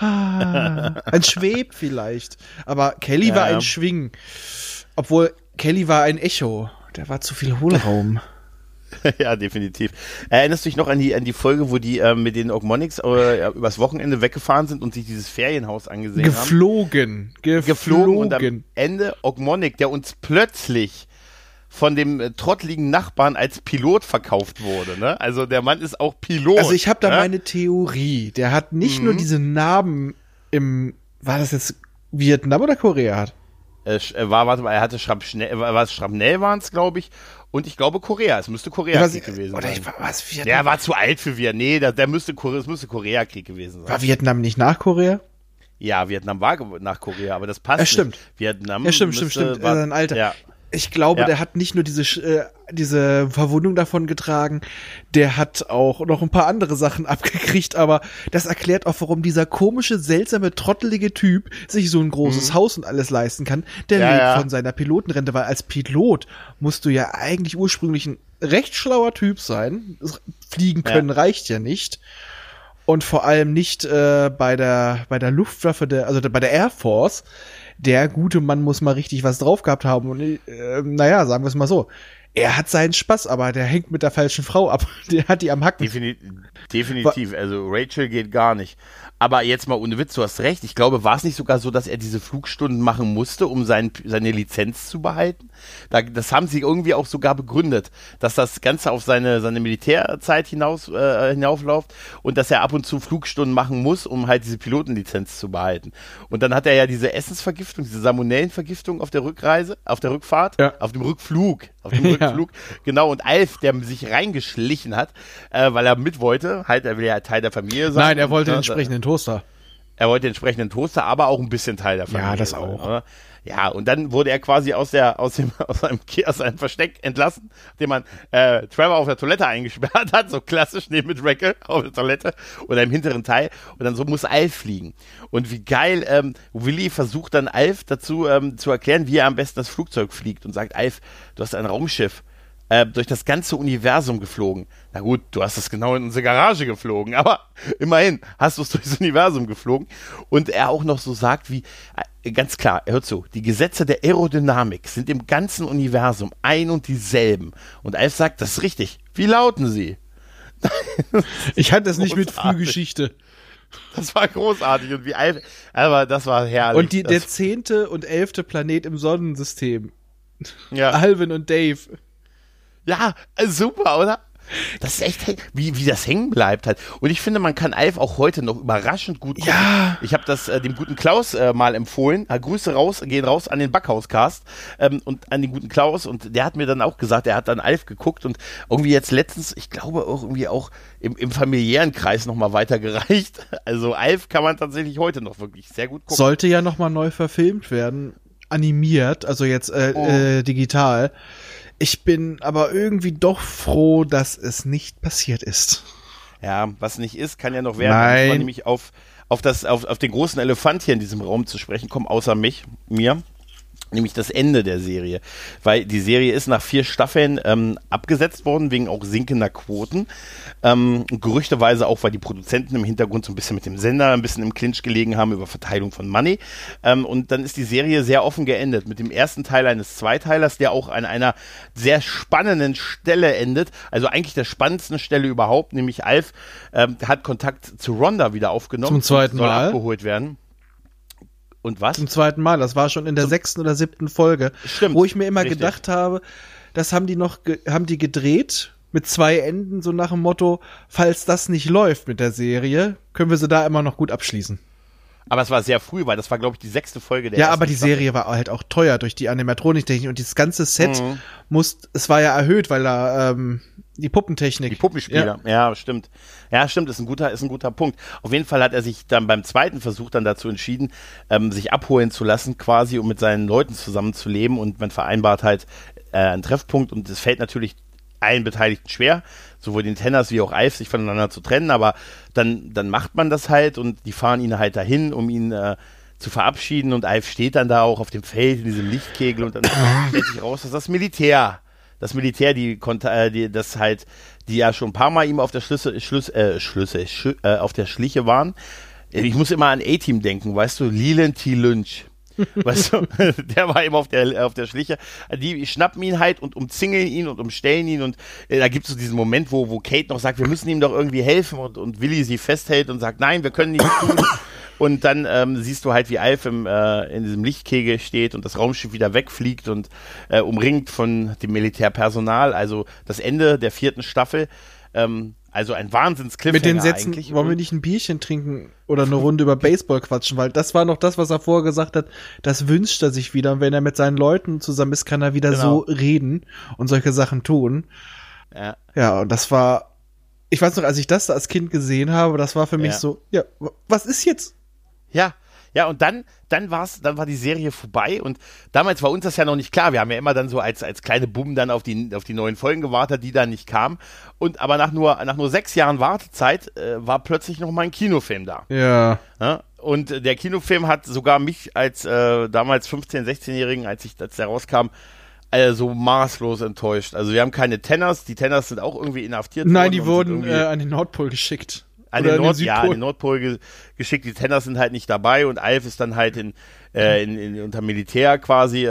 ein Schweb vielleicht. Aber Kelly war ein Schwingen. Obwohl, Kelly war ein Echo. Der war zu viel Hohlraum. Ja, definitiv. Erinnerst du dich noch an die Folge, wo die mit den Ogmonics übers Wochenende weggefahren sind und sich dieses Ferienhaus angesehen haben? Geflogen und am Ende Ogmonic, der uns plötzlich von dem trottligen Nachbarn als Pilot verkauft wurde. Ne? Also der Mann ist auch Pilot. Also ich habe da meine Theorie. Der hat nicht nur diese Narben war das jetzt Vietnam oder Korea hat? Er hatte Schrapnell waren es, glaube ich. Und ich glaube Korea. Es müsste Koreakrieg gewesen sein. Der war zu alt für Vietnam. Nee, es müsste Koreakrieg gewesen sein. War Vietnam nicht nach Korea? Ja, Vietnam war nach Korea, aber das passt nicht. Stimmt. Vietnam. Ja, stimmt. Sein Alter. Ja. Ich glaube, der hat nicht nur diese Verwundung davon getragen, der hat auch noch ein paar andere Sachen abgekriegt, aber das erklärt auch, warum dieser komische, seltsame, trottelige Typ sich so ein großes Haus und alles leisten kann. Der lebt von seiner Pilotenrente, weil als Pilot musst du ja eigentlich ursprünglich ein recht schlauer Typ sein. Fliegen können reicht ja nicht. Und vor allem nicht bei der Luftwaffe, also bei der Air Force. Der gute Mann muss mal richtig was drauf gehabt haben. Und sagen wir es mal so. Er hat seinen Spaß, aber der hängt mit der falschen Frau ab. Der hat die am Hacken. Definitiv. Also Rachel geht gar nicht. Aber jetzt mal ohne Witz, du hast recht. Ich glaube, war es nicht sogar so, dass er diese Flugstunden machen musste, um seine Lizenz zu behalten? Das haben sie irgendwie auch sogar begründet, dass das Ganze auf seine Militärzeit hinaufläuft und dass er ab und zu Flugstunden machen muss, um halt diese Pilotenlizenz zu behalten. Und dann hat er ja diese Essensvergiftung, diese Salmonellenvergiftung auf der Rückfahrt, auf dem Rückflug. Genau, und Alf, der sich reingeschlichen hat, weil er mit wollte, er will ja Teil der Familie sein. Nein, er wollte den entsprechenden Toaster. Er wollte den entsprechenden Toaster, aber auch ein bisschen Teil der Familie. Ja, das auch. Oder? Ja, und dann wurde er quasi aus seinem Versteck entlassen, dem man Trevor auf der Toilette eingesperrt hat, so klassisch neben mit Rackle auf der Toilette oder im hinteren Teil. Und dann so muss Alf fliegen. Und wie geil, Willy versucht dann Alf dazu zu erklären, wie er am besten das Flugzeug fliegt und sagt, Alf, du hast ein Raumschiff durch das ganze Universum geflogen. Na gut, du hast es genau in unsere Garage geflogen, aber immerhin hast du es durchs Universum geflogen. Und er auch noch so sagt wie, ganz klar, hör zu, die Gesetze der Aerodynamik sind im ganzen Universum ein und dieselben. Und Alf sagt, das ist richtig. Wie lauten sie? Ich hatte das nicht mit Frühgeschichte. Das war großartig und wie Alf, aber das war herrlich. Und der 10. und 11. Planet im Sonnensystem. Ja. Alvin und Dave. Ja, super, oder? Das ist echt, wie das hängen bleibt halt. Und ich finde, man kann Alf auch heute noch überraschend gut gucken. Ja. Ich habe das dem guten Klaus mal empfohlen. Grüße gehen raus an den Backhauscast und an den guten Klaus. Und der hat mir dann auch gesagt, er hat dann Alf geguckt und irgendwie jetzt letztens, ich glaube auch irgendwie auch im familiären Kreis nochmal weitergereicht. Also Alf kann man tatsächlich heute noch wirklich sehr gut gucken. Sollte ja nochmal neu verfilmt werden, animiert, also jetzt digital. Ich bin aber irgendwie doch froh, dass es nicht passiert ist. Ja, was nicht ist, kann ja noch werden. Nein. Da muss man nämlich auf den großen Elefant hier in diesem Raum zu sprechen kommen, außer mir. Nämlich das Ende der Serie. Weil die Serie ist nach 4 Staffeln abgesetzt worden, wegen auch sinkender Quoten. Gerüchteweise auch, weil die Produzenten im Hintergrund so ein bisschen mit dem Sender ein bisschen im Clinch gelegen haben über Verteilung von Money. Und dann ist die Serie sehr offen geendet mit dem ersten Teil eines Zweiteilers, der auch an einer sehr spannenden Stelle endet. Also eigentlich der spannendsten Stelle überhaupt, nämlich Alf hat Kontakt zu Rhonda wieder aufgenommen. Zum zweiten soll Mal abgeholt werden. Und was? Zum zweiten Mal, das war schon in der 6. oder 7. Folge. Stimmt, wo ich mir immer richtig. gedacht habe, das haben die gedreht mit 2 Enden, so nach dem Motto, falls das nicht läuft mit der Serie, können wir sie da immer noch gut abschließen. Aber es war sehr früh, weil das war, glaube ich, die 6. Folge der Ja, ersten aber die Staffel. Serie war halt auch teuer durch die Animatroniktechnik und dieses ganze Set es war ja erhöht, weil da die Puppentechnik. Die Puppenspieler, ja, stimmt. Ja, stimmt, ist ein guter Punkt. Auf jeden Fall hat er sich dann beim zweiten Versuch dann dazu entschieden, sich abholen zu lassen, quasi, um mit seinen Leuten zusammenzuleben, und man vereinbart halt einen Treffpunkt, und es fällt natürlich allen Beteiligten schwer, sowohl den Tenners wie auch Alf, sich voneinander zu trennen, aber dann macht man das halt, und die fahren ihn halt dahin, um ihn zu verabschieden, und Alf steht dann da auch auf dem Feld in diesem Lichtkegel, und dann stellt sich raus, dass das Militär, die ja schon ein paar Mal ihm auf der auf der Schliche waren. Ich muss immer an A-Team denken, weißt du, Leland T. Lynch. Weißt du, der war eben auf der Schliche. Die schnappen ihn halt und umzingeln ihn und umstellen ihn, und da gibt es so diesen Moment, wo Kate noch sagt, wir müssen ihm doch irgendwie helfen, und Willi sie festhält und sagt, nein, wir können nichts tun. Und dann siehst du halt, wie Alf in diesem Lichtkegel steht und das Raumschiff wieder wegfliegt und umringt von dem Militärpersonal. Also das Ende der 4. Staffel. Also ein Wahnsinns-Cliffhanger mit den Sätzen, eigentlich. wollen wir nicht ein Bierchen trinken oder eine Runde über Baseball quatschen, weil das war noch das, was er vorher gesagt hat, das wünscht er sich wieder, und wenn er mit seinen Leuten zusammen ist, kann er wieder so reden und solche Sachen tun. Ja, und das war, ich weiß noch, als ich das als Kind gesehen habe, das war für mich so, ja, was ist jetzt? Ja, und dann war die Serie vorbei, und damals war uns das ja noch nicht klar. Wir haben ja immer dann so als kleine Buben dann auf die neuen Folgen gewartet, die dann nicht kamen. Aber nach nur 6 Jahren Wartezeit war plötzlich noch mal ein Kinofilm da. Ja. Und der Kinofilm hat sogar mich als damals 15-, 16-Jährigen, als der rauskam, so maßlos enttäuscht. Also wir haben keine Tenners, die Tenners sind auch irgendwie inhaftiert worden. Nein, die wurden an den Nordpol geschickt. An den Nordpol geschickt. Die Tenners sind halt nicht dabei, und Alf ist dann halt unter Militär quasi,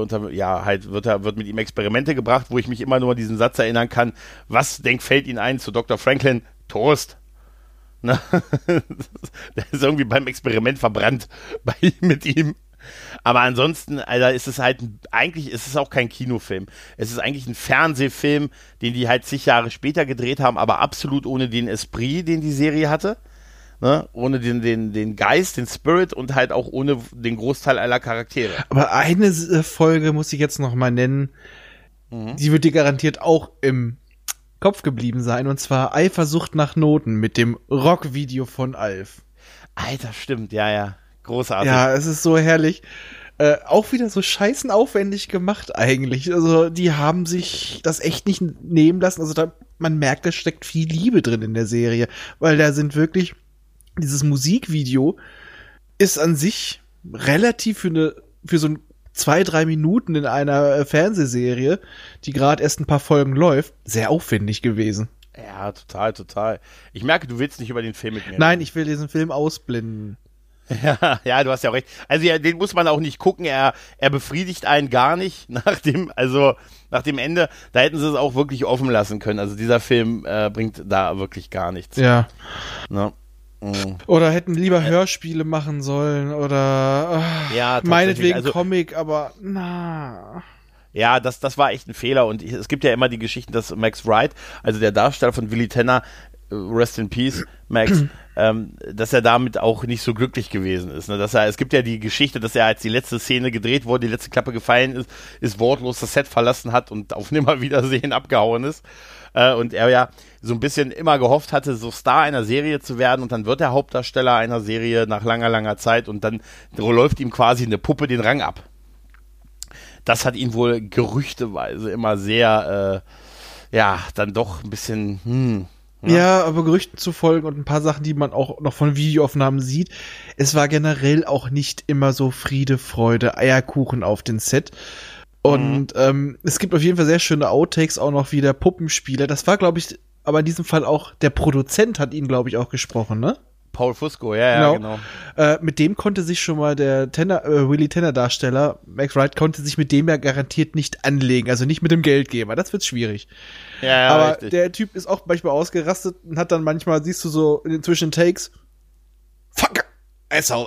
wird mit ihm Experimente gebracht, wo ich mich immer nur diesen Satz erinnern kann, fällt Ihnen ein zu Dr. Franklin? Toast. Na? Der ist irgendwie beim Experiment verbrannt mit ihm. Aber ansonsten, Alter, ist es halt, eigentlich ist es auch kein Kinofilm. Es ist eigentlich ein Fernsehfilm, den die halt zig Jahre später gedreht haben, aber absolut ohne den Esprit, den die Serie hatte. Ne? Ohne den Geist, den Spirit, und halt auch ohne den Großteil aller Charaktere. Aber eine Folge muss ich jetzt noch mal nennen, die wird dir garantiert auch im Kopf geblieben sein, und zwar Eifersucht nach Noten mit dem Rockvideo von Alf. Alter, stimmt, ja. Großartig. Ja, es ist so herrlich. Auch wieder so scheißen aufwendig gemacht eigentlich. Also die haben sich das echt nicht nehmen lassen. Also man merkt, da steckt viel Liebe drin in der Serie. Weil da sind wirklich, dieses Musikvideo ist an sich relativ für so 2-3 Minuten in einer Fernsehserie, die gerade erst ein paar Folgen läuft, sehr aufwendig gewesen. Ja, total. Ich merke, du willst nicht über den Film mit mir. Nein, ich will diesen Film ausblenden. Ja, du hast ja auch recht. Also ja, den muss man auch nicht gucken. Er befriedigt einen gar nicht nach dem Ende. Da hätten sie es auch wirklich offen lassen können. Also dieser Film bringt da wirklich gar nichts. Ja. Ne? Oder hätten lieber Hörspiele machen sollen oder ja, meinetwegen also, Comic, aber na. Ja, das war echt ein Fehler und es gibt ja immer die Geschichten, dass Max Wright, also der Darsteller von Willy Tanner, Rest in Peace, Max, dass er damit auch nicht so glücklich gewesen ist. Ne? Es gibt ja die Geschichte, dass er, als die letzte Szene gedreht wurde, die letzte Klappe gefallen ist wortlos das Set verlassen hat und auf Nimmerwiedersehen abgehauen ist. Und er ja so ein bisschen immer gehofft hatte, so Star einer Serie zu werden und dann wird er Hauptdarsteller einer Serie nach langer, langer Zeit und dann läuft ihm quasi eine Puppe den Rang ab. Das hat ihn wohl gerüchteweise immer sehr, dann doch ein bisschen, Ja, aber Gerüchten zu folgen und ein paar Sachen, die man auch noch von Videoaufnahmen sieht, es war generell auch nicht immer so Friede, Freude, Eierkuchen auf dem Set. Und es gibt auf jeden Fall sehr schöne Outtakes, auch noch wie der Puppenspieler. Das war, glaube ich, aber in diesem Fall auch, der Produzent hat ihn, glaube ich, auch gesprochen, ne? Paul Fusco, ja, genau. Mit dem konnte sich schon mal der Willy Tanner Darsteller, Max Wright, konnte sich mit dem ja garantiert nicht anlegen, also nicht mit dem Geldgeber, das wird schwierig. Ja, aber richtig. Der Typ ist auch manchmal ausgerastet und hat dann manchmal, siehst du so in den Zwischentakes, fuck, asshole.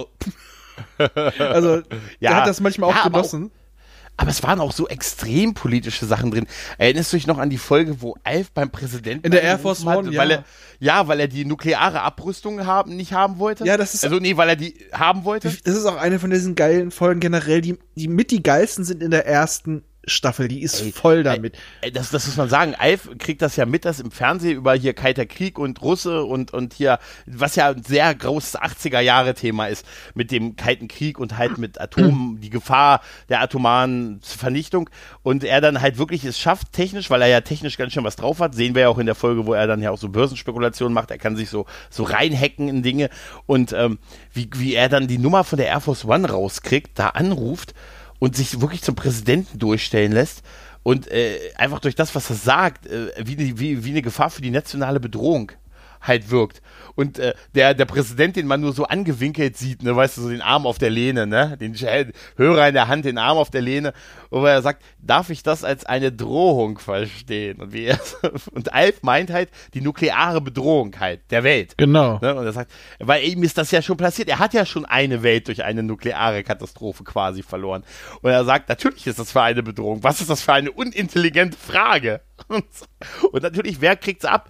Also, der hat das manchmal auch genossen. Aber es waren auch so extrem politische Sachen drin. Erinnerst du dich noch an die Folge, wo Alf beim Präsidenten in der Air Force One, weil er die nukleare Abrüstung nicht haben wollte? Ja, das ist weil er die haben wollte? Das ist auch eine von diesen geilen Folgen generell, die mit die geilsten sind in der ersten Staffel, die ist voll damit. Das muss man sagen, Alf kriegt das ja mit, dass im Fernsehen über hier Kalter Krieg und Russe und hier, was ja ein sehr großes 80er-Jahre-Thema ist, mit dem Kalten Krieg und halt mit Atomen, die Gefahr der atomaren Vernichtung und er dann halt wirklich es schafft, technisch, weil er ja technisch ganz schön was drauf hat, sehen wir ja auch in der Folge, wo er dann ja auch so Börsenspekulationen macht, er kann sich so reinhacken in Dinge und wie er dann die Nummer von der Air Force One rauskriegt, da anruft und sich wirklich zum Präsidenten durchstellen lässt und einfach durch das, was er sagt, wie eine Gefahr für die nationale Bedrohung halt wirkt. Und der Präsident, den man nur so angewinkelt sieht, ne, weißt du, so den Arm auf der Lehne, ne, den Hörer in der Hand, den Arm auf der Lehne, wo er sagt, darf ich das als eine Drohung verstehen? Und Alf meint halt die nukleare Bedrohung halt der Welt. Genau. Ne, und er sagt, weil ihm ist das ja schon passiert, er hat ja schon eine Welt durch eine nukleare Katastrophe quasi verloren. Und er sagt, natürlich ist das für eine Bedrohung. Was ist das für eine unintelligente Frage? Und natürlich, wer kriegt's ab?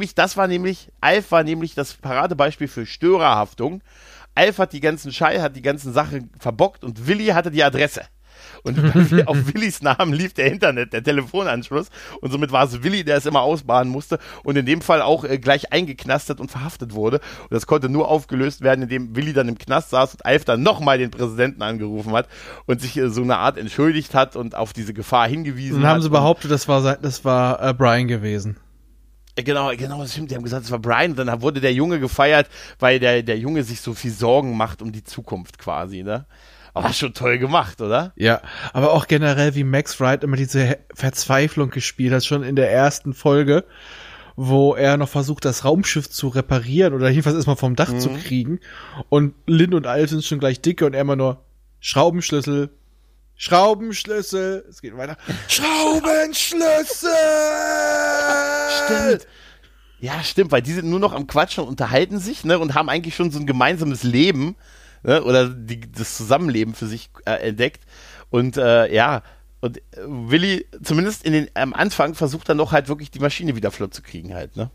Alf war nämlich das Paradebeispiel für Störerhaftung. Alf hat die ganzen Sachen verbockt und Willi hatte die Adresse. Und auf Willis Namen lief der Telefonanschluss und somit war es Willi, der es immer ausbaden musste und in dem Fall auch gleich eingeknastet und verhaftet wurde. Und das konnte nur aufgelöst werden, indem Willi dann im Knast saß und Alf dann nochmal den Präsidenten angerufen hat und sich so eine Art entschuldigt hat und auf diese Gefahr hingewiesen hat. Dann haben sie behauptet, das war Brian gewesen. Genau, das stimmt. Die haben gesagt, es war Brian. Und dann wurde der Junge gefeiert, weil der Junge sich so viel Sorgen macht um die Zukunft quasi, ne? Aber schon toll gemacht, oder? Ja, aber auch generell, wie Max Wright immer diese Verzweiflung gespielt hat, schon in der ersten Folge, wo er noch versucht, das Raumschiff zu reparieren oder jedenfalls erstmal vom Dach zu kriegen. Und Lynn und Alf sind schon gleich dicke und er immer nur Schraubenschlüssel. Es geht weiter. Schraubenschlüssel! Stimmt. Ja, stimmt, weil die sind nur noch am Quatschen und unterhalten sich, ne, und haben eigentlich schon so ein gemeinsames Leben, ne, oder das Zusammenleben für sich entdeckt. Und und Willi, zumindest am Anfang, versucht dann noch halt wirklich die Maschine wieder flott zu kriegen halt, ne?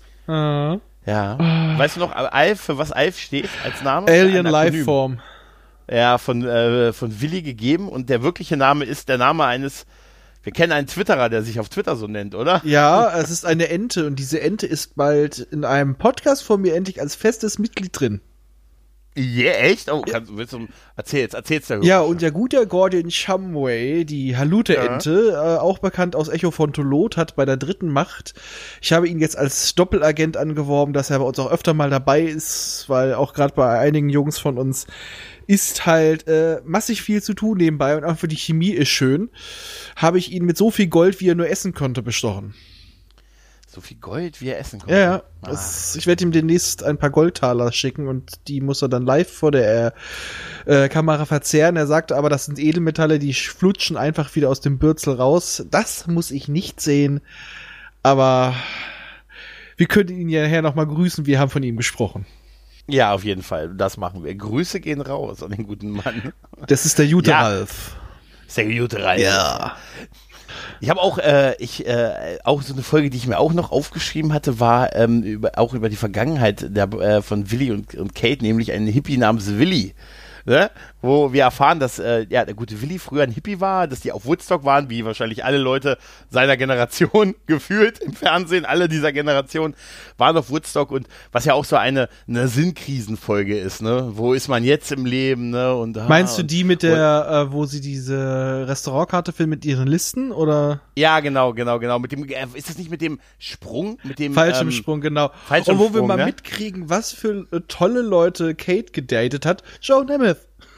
Ja. Weißt du noch, Alf, für was Alf steht als Name? Alien Lifeform. Ja, von Willi gegeben und der wirkliche Name ist der Name wir kennen einen Twitterer, der sich auf Twitter so nennt, oder? Ja, es ist eine Ente und diese Ente ist bald in einem Podcast von mir endlich als festes Mitglied drin. Ja, echt? Oh, erzähl's da. Ja, und der gute Gordon Shumway, die Halute-Ente, auch bekannt aus Echo von Tolot, hat bei der dritten Macht, ich habe ihn jetzt als Doppelagent angeworben, dass er bei uns auch öfter mal dabei ist, weil auch gerade bei einigen Jungs von uns ist halt massig viel zu tun nebenbei und auch für die Chemie ist schön, habe ich ihn mit so viel Gold, wie er nur essen konnte, bestochen. So viel Gold, wie er essen konnte? Ja. Ich werde ihm demnächst ein paar Goldtaler schicken und die muss er dann live vor der Kamera verzehren. Er sagte aber, das sind Edelmetalle, die flutschen einfach wieder aus dem Bürzel raus. Das muss ich nicht sehen, aber wir können ihn ja nachher nochmal grüßen, wir haben von ihm gesprochen. Ja, auf jeden Fall, das machen wir. Grüße gehen raus an den guten Mann. Das ist der gute Ralf. Ist der gute Ralf. Ja. Ich habe auch, auch so eine Folge, die ich mir auch noch aufgeschrieben hatte, war auch über die Vergangenheit von Willi und Kate, nämlich ein Hippie namens Willi. Ne? Wo wir erfahren, dass der gute Willi früher ein Hippie war, dass die auf Woodstock waren, wie wahrscheinlich alle Leute seiner Generation gefühlt im Fernsehen, alle dieser Generation waren auf Woodstock, und was ja auch so eine Sinnkrisenfolge ist, ne? Wo ist man jetzt im Leben, ne? Meinst du die mit der, wo sie diese Restaurantkarte filmen mit ihren Listen, oder? Ja, genau. Mit dem, ist das nicht mit dem Sprung? Mit dem Fallschirmsprung, genau. Und wo wir mal mitkriegen, was für tolle Leute Kate gedatet hat. Joe Namath.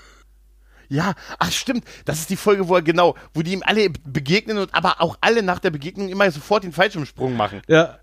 Ja, ach stimmt, das ist die Folge, wo die ihm alle begegnen und aber auch alle nach der Begegnung immer sofort den Fallschirmsprung machen. Ja.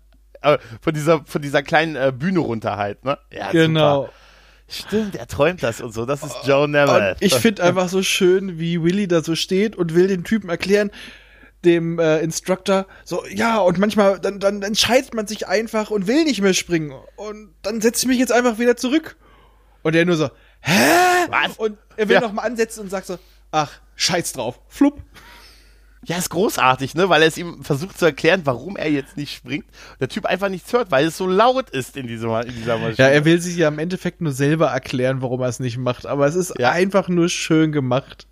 Von dieser kleinen Bühne runter halt, ne? Ja, genau. Super. Stimmt, er träumt das und so, das ist Joe Namath. Ich finde einfach so schön, wie Willi da so steht und will den Typen erklären, dem Instructor, so, ja, und manchmal, dann entscheidet man sich einfach und will nicht mehr springen. Und dann setze ich mich jetzt einfach wieder zurück. Und er nur so, hä? Was? Und er will noch mal ansetzen und sagt so, ach, scheiß drauf. Flupp. Ja, ist großartig, ne, weil er es ihm versucht zu erklären, warum er jetzt nicht springt. Der Typ einfach nichts hört, weil es so laut ist in dieser Maschine. Ja, er will sich ja im Endeffekt nur selber erklären, warum er es nicht macht, aber es ist einfach nur schön gemacht.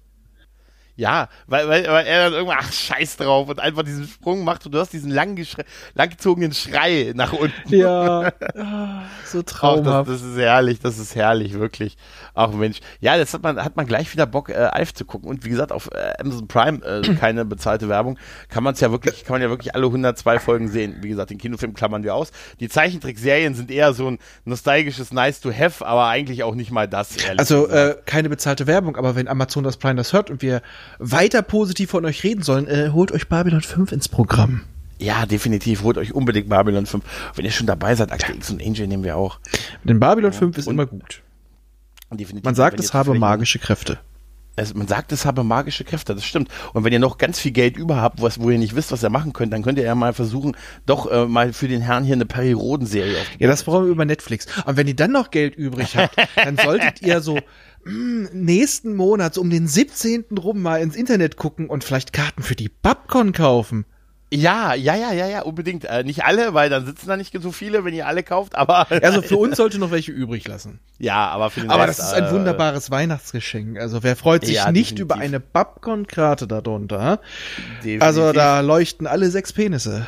Ja, weil er dann irgendwann, ach, scheiß drauf, und einfach diesen Sprung macht, und du hast diesen langgezogenen Schrei nach unten. Ja, so traumhaft. Ach, das ist herrlich, wirklich. Ach Mensch, ja, das hat man gleich wieder Bock, Alf zu gucken, und wie gesagt, auf Amazon Prime, keine bezahlte Werbung, kann man ja wirklich alle 102 Folgen sehen. Wie gesagt, den Kinofilm klammern wir aus. Die Zeichentrickserien sind eher so ein nostalgisches Nice to have, aber eigentlich auch nicht mal das, ehrlich gesagt. Keine bezahlte Werbung, aber wenn Amazon das Prime das hört und wir weiter positiv von euch reden sollen, holt euch Babylon 5 ins Programm. Ja, definitiv. Holt euch unbedingt Babylon 5. Wenn ihr schon dabei seid, Akte X und Angel nehmen wir auch. Denn Babylon 5 ist immer gut. Definitiv. Man sagt, es habe magische Kräfte. Man sagt, es habe magische Kräfte, das stimmt. Und wenn ihr noch ganz viel Geld über habt, wo ihr nicht wisst, was ihr machen könnt, dann könnt ihr ja mal versuchen, doch mal für den Herrn hier eine Perry-Roden-Serie aufzubauen. Ja, das brauchen wir über Netflix. Und wenn ihr dann noch Geld übrig habt, dann solltet ihr so nächsten Monat, so um den 17. rum mal ins Internet gucken und vielleicht Karten für die Babcon kaufen. Ja, unbedingt. Nicht alle, weil dann sitzen da nicht so viele, wenn ihr alle kauft, aber... Also für uns sollte noch welche übrig lassen. Ja, aber für den Aber Rest, das ist ein wunderbares Weihnachtsgeschenk. Also wer freut sich nicht definitiv über eine Babcon-Karte darunter? Definitiv. Also da leuchten alle 6 Penisse.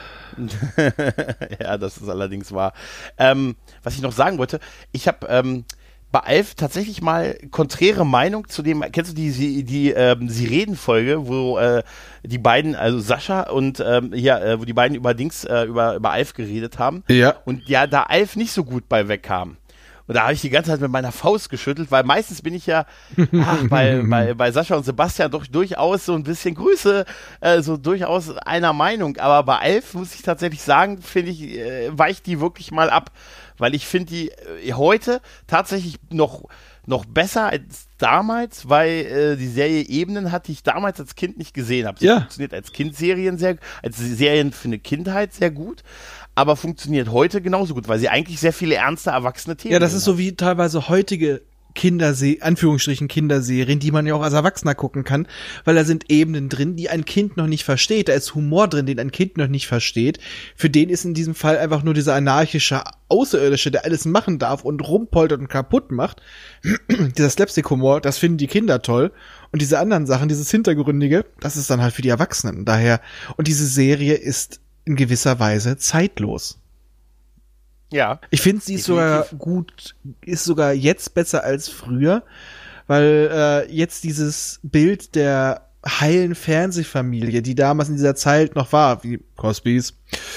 Ja, das ist allerdings wahr. Was ich noch sagen wollte, ich habe... bei Alf tatsächlich mal konträre Meinung zu dem, kennst du die Sie-Reden-Folge, wo die beiden, also Sascha und wo die beiden über Alf geredet haben. Ja. Und ja, da Alf nicht so gut bei wegkam. Und da habe ich die ganze Zeit mit meiner Faust geschüttelt, weil meistens bin ich ja bei Sascha und Sebastian doch durchaus so ein bisschen Grüße, so durchaus einer Meinung. Aber bei Alf, muss ich tatsächlich sagen, finde ich, weicht die wirklich mal ab. Weil ich finde die heute tatsächlich noch besser als damals, weil die Serie Ebenen hat, die ich damals als Kind nicht gesehen habe. Sie funktioniert als als Serien für eine Kindheit sehr gut, aber funktioniert heute genauso gut, weil sie eigentlich sehr viele ernste, erwachsene Themen hat. Ja, das ist so wie teilweise heutige Anführungsstrichen Kinderserien, die man ja auch als Erwachsener gucken kann, weil da sind Ebenen drin, die ein Kind noch nicht versteht. Da ist Humor drin, den ein Kind noch nicht versteht. Für den ist in diesem Fall einfach nur dieser anarchische Außerirdische, der alles machen darf und rumpoltert und kaputt macht. Dieser Slapstick-Humor, das finden die Kinder toll. Und diese anderen Sachen, dieses Hintergründige, das ist dann halt für die Erwachsenen. Daher, und diese Serie ist in gewisser Weise zeitlos. Ja. Ich finde, sie ist sogar gut, ist sogar jetzt besser als früher, weil jetzt dieses Bild der heilen Fernsehfamilie, die damals in dieser Zeit noch war, wie Cosbys,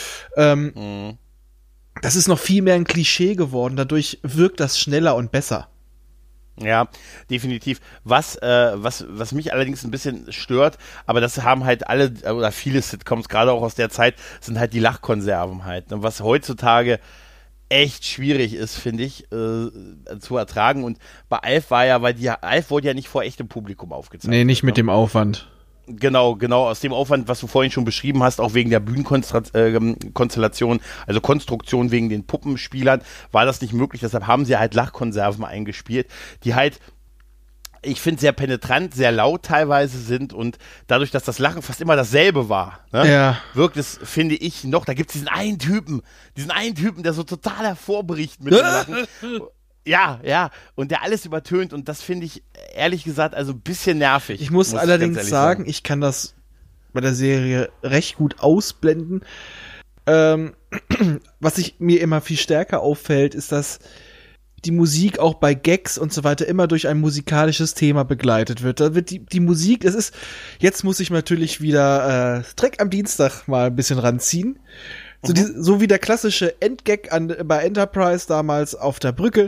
das ist noch viel mehr ein Klischee geworden. Dadurch wirkt das schneller und besser. Ja, definitiv. Was mich allerdings ein bisschen stört, aber das haben halt alle oder viele Sitcoms, gerade auch aus der Zeit, sind halt die Lachkonserven halt. Und was heutzutage echt schwierig ist, finde ich, zu ertragen. Und bei Alf Alf wurde ja nicht vor echtem Publikum aufgezeichnet. Nee, nicht mit dem Aufwand. Genau, aus dem Aufwand, was du vorhin schon beschrieben hast, auch wegen der Bühnenkonstellation, also Konstruktion wegen den Puppenspielern, war das nicht möglich. Deshalb haben sie halt Lachkonserven eingespielt, die halt ich finde, sehr penetrant, sehr laut teilweise sind und dadurch, dass das Lachen fast immer dasselbe war, ne, wirkt es, finde ich, noch, da gibt es diesen einen Typen, der so total hervorbricht mit dem Lachen. Ja, und der alles übertönt und das finde ich, ehrlich gesagt, also ein bisschen nervig. Ich muss allerdings sagen, ich kann das bei der Serie recht gut ausblenden. Was mir immer viel stärker auffällt, ist, dass die Musik auch bei Gags und so weiter immer durch ein musikalisches Thema begleitet wird. Da wird die Musik, jetzt muss ich natürlich wieder Trek am Dienstag mal ein bisschen ranziehen. So wie der klassische Endgag bei Enterprise damals auf der Brücke.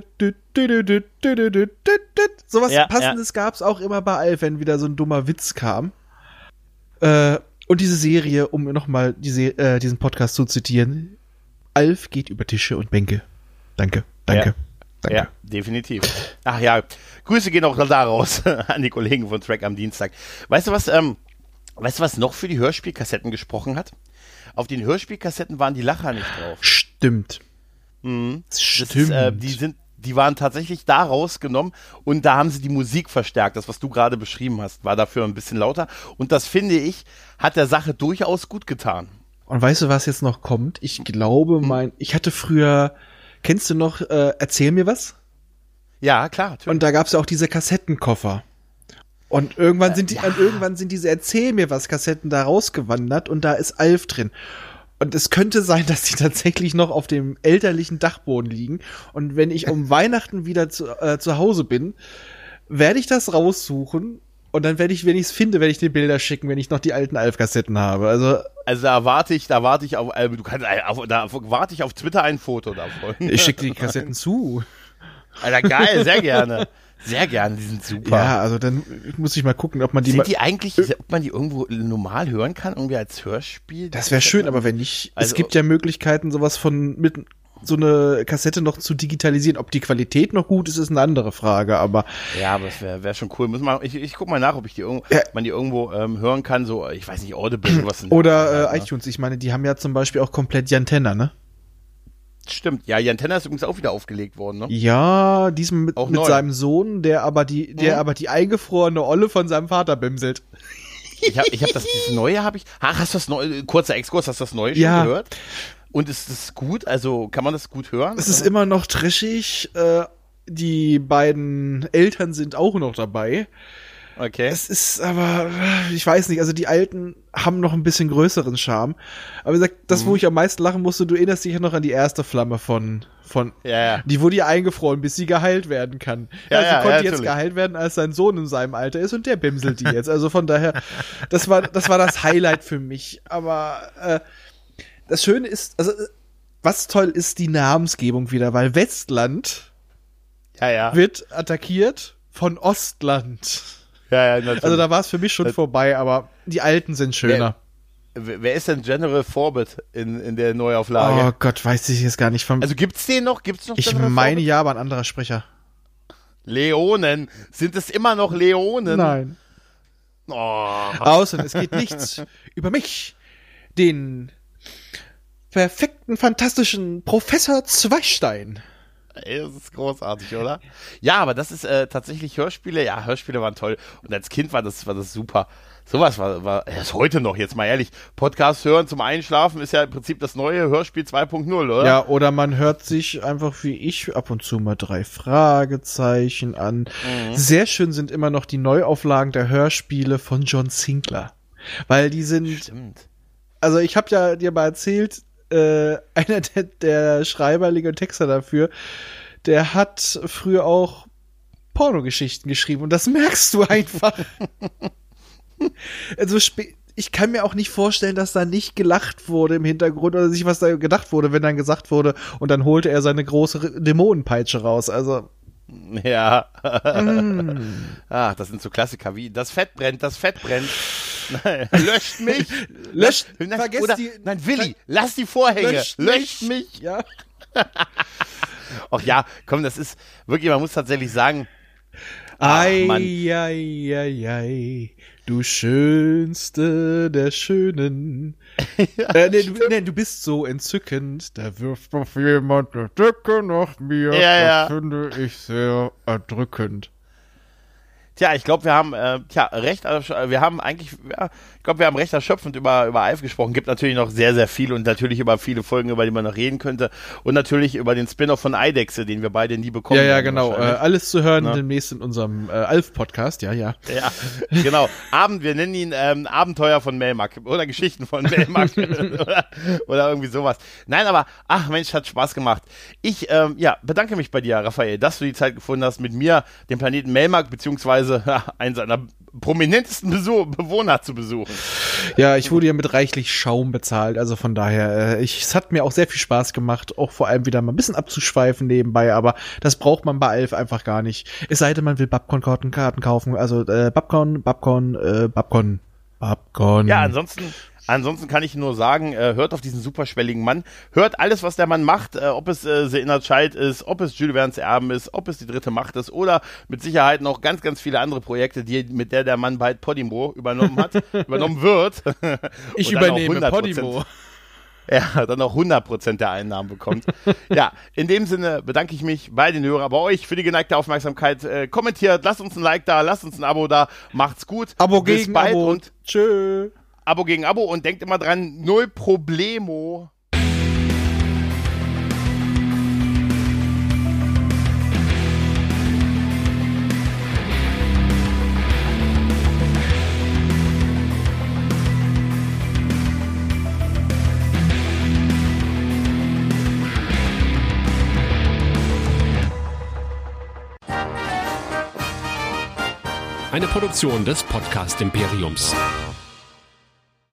Sowas Passendes gab's auch immer bei Alf, wenn wieder so ein dummer Witz kam. Und diese Serie, um nochmal diesen Podcast zu zitieren, Alf geht über Tische und Bänke. Danke. Ja, definitiv. Ach ja, Grüße gehen auch da raus an die Kollegen von Trek am Dienstag. Weißt du, was noch für die Hörspielkassetten gesprochen hat? Auf den Hörspielkassetten waren die Lacher nicht drauf. Stimmt. Stimmt. Die waren tatsächlich da rausgenommen und da haben sie die Musik verstärkt. Das, was du gerade beschrieben hast, war dafür ein bisschen lauter. Und das, finde ich, hat der Sache durchaus gut getan. Und weißt du, was jetzt noch kommt? Ich glaube, ich hatte früher, kennst du noch Erzähl mir was? Ja, klar. Natürlich. Und da gab's ja auch diese Kassettenkoffer. Und irgendwann sind diese Erzähl mir was Kassetten da rausgewandert und da ist Alf drin. Und es könnte sein, dass die tatsächlich noch auf dem elterlichen Dachboden liegen. Und wenn ich um Weihnachten wieder zu Hause bin, werde ich das raussuchen. Und dann werde ich, wenn ich es finde, werde ich dir Bilder schicken, wenn ich noch die alten Alf-Kassetten habe. Also da warte ich auf Twitter ein Foto davon. Ich schicke die Kassetten zu. Alter, geil, sehr gerne. Sehr gerne, die sind super. Ja, also dann muss ich mal gucken, ob man die ob man die irgendwo normal hören kann, irgendwie als Hörspiel? Das wäre schön, aber wenn nicht, es gibt ja Möglichkeiten, sowas mit so eine Kassette noch zu digitalisieren. Ob die Qualität noch gut ist, ist eine andere Frage, aber. Ja, aber es wäre schon cool. Ich guck mal nach, ob man die irgendwo hören kann, so, ich weiß nicht, Audible, sowas. Oder iTunes, ich meine, die haben ja zum Beispiel auch komplett Jantenna, ne? Stimmt, ja, Jantenna ist übrigens auch wieder aufgelegt worden, ne? Ja, diesem mit seinem Sohn, der aber die eingefrorene Olle von seinem Vater bimselt. Dieses Neue habe ich. Ach, hast du das Neue, kurzer Exkurs, hast du das Neue schon gehört? Und ist das gut? Also, kann man das gut hören? Es ist immer noch trashig. Die beiden Eltern sind auch noch dabei. Okay. Es ist aber, ich weiß nicht, also die Alten haben noch ein bisschen größeren Charme. Aber wie gesagt, das, wo ich am meisten lachen musste, du erinnerst dich ja noch an die erste Flamme von die wurde ja eingefroren, bis sie geheilt werden kann. Ja, sie konnte jetzt geheilt werden, als sein Sohn in seinem Alter ist und der bimselt die jetzt. Also von daher, das war das Highlight für mich. Aber das Schöne ist, also was toll ist, die Namensgebung wieder, weil Westland wird attackiert von Ostland. Ja, natürlich. Also da war es für mich schon vorbei, aber die Alten sind schöner. Wer ist denn General Forbett in der Neuauflage? Oh Gott, weiß ich jetzt gar nicht. Also gibt's den noch? Ich meine ja, aber ein anderer Sprecher. Leonen. Sind es immer noch Leonen? Nein. Oh. Außer es geht nichts über mich, den perfekten, fantastischen Professor Zweistein. Ey, das ist großartig, oder? Ja, aber das ist tatsächlich Hörspiele. Ja, Hörspiele waren toll. Und als Kind war das super. Sowas war ist heute noch, jetzt mal ehrlich. Podcast hören zum Einschlafen ist ja im Prinzip das neue Hörspiel 2.0, oder? Ja, oder man hört sich einfach wie ich ab und zu mal 3 Fragezeichen an. Mhm. Sehr schön sind immer noch die Neuauflagen der Hörspiele von John Sinclair. Weil die sind. Stimmt. Also ich habe ja dir mal erzählt, einer der Schreiberlinge und Texter dafür, der hat früher auch Pornogeschichten geschrieben und das merkst du einfach. Also ich kann mir auch nicht vorstellen, dass da nicht gelacht wurde im Hintergrund oder sich was da gedacht wurde, wenn dann gesagt wurde und dann holte er seine große Dämonenpeitsche raus. Also ja. Ach, das sind so Klassiker wie das Fett brennt. Nein, löscht mich. Nein, Willi, lass die Vorhänge. Löscht mich. Ja. Ach ja, komm, das ist wirklich, man muss tatsächlich sagen. Du Schönste der Schönen. Du bist so entzückend. Da wirft noch jemand eine Decke nach mir. Ja. Das finde ich sehr erdrückend. Tja, ich glaube, wir haben recht erschöpfend über Alf gesprochen. Gibt natürlich noch sehr, sehr viel und natürlich über viele Folgen, über die man noch reden könnte. Und natürlich über den Spin-off von Eidechse, den wir beide nie bekommen haben. Ja, genau. Alles zu hören demnächst in unserem Alf-Podcast, ja. Ja, genau. Wir nennen ihn Abenteuer von Melmac oder Geschichten von Melmac oder irgendwie sowas. Nein, aber, ach Mensch, hat Spaß gemacht. Ich bedanke mich bei dir, Raphael, dass du die Zeit gefunden hast, mit mir den Planeten Melmac beziehungsweise einen seiner prominentesten Bewohner zu besuchen. Ja, ich wurde ja mit reichlich Schaum bezahlt, also von daher, es hat mir auch sehr viel Spaß gemacht, auch vor allem wieder mal ein bisschen abzuschweifen nebenbei, aber das braucht man bei Alf einfach gar nicht. Es sei denn, man will Babcon-Karten kaufen, also Babcon. Ja, Ansonsten kann ich nur sagen, hört auf diesen superschwelligen Mann, hört alles, was der Mann macht, ob es The Inner Child ist, ob es Jules Verne's Erben ist, ob es die dritte Macht ist oder mit Sicherheit noch ganz, ganz viele andere Projekte, mit der Mann bald Podimo übernommen wird. Ich übernehme Podimo. Ja, dann auch 100% der Einnahmen bekommt. Ja, in dem Sinne bedanke ich mich bei den Hörern, bei euch für die geneigte Aufmerksamkeit. Kommentiert, lasst uns ein Like da, lasst uns ein Abo da, macht's gut. Abo gegen Abo und tschö. Abo gegen Abo und denkt immer dran, null Problemo. Eine Produktion des Podcast Imperiums.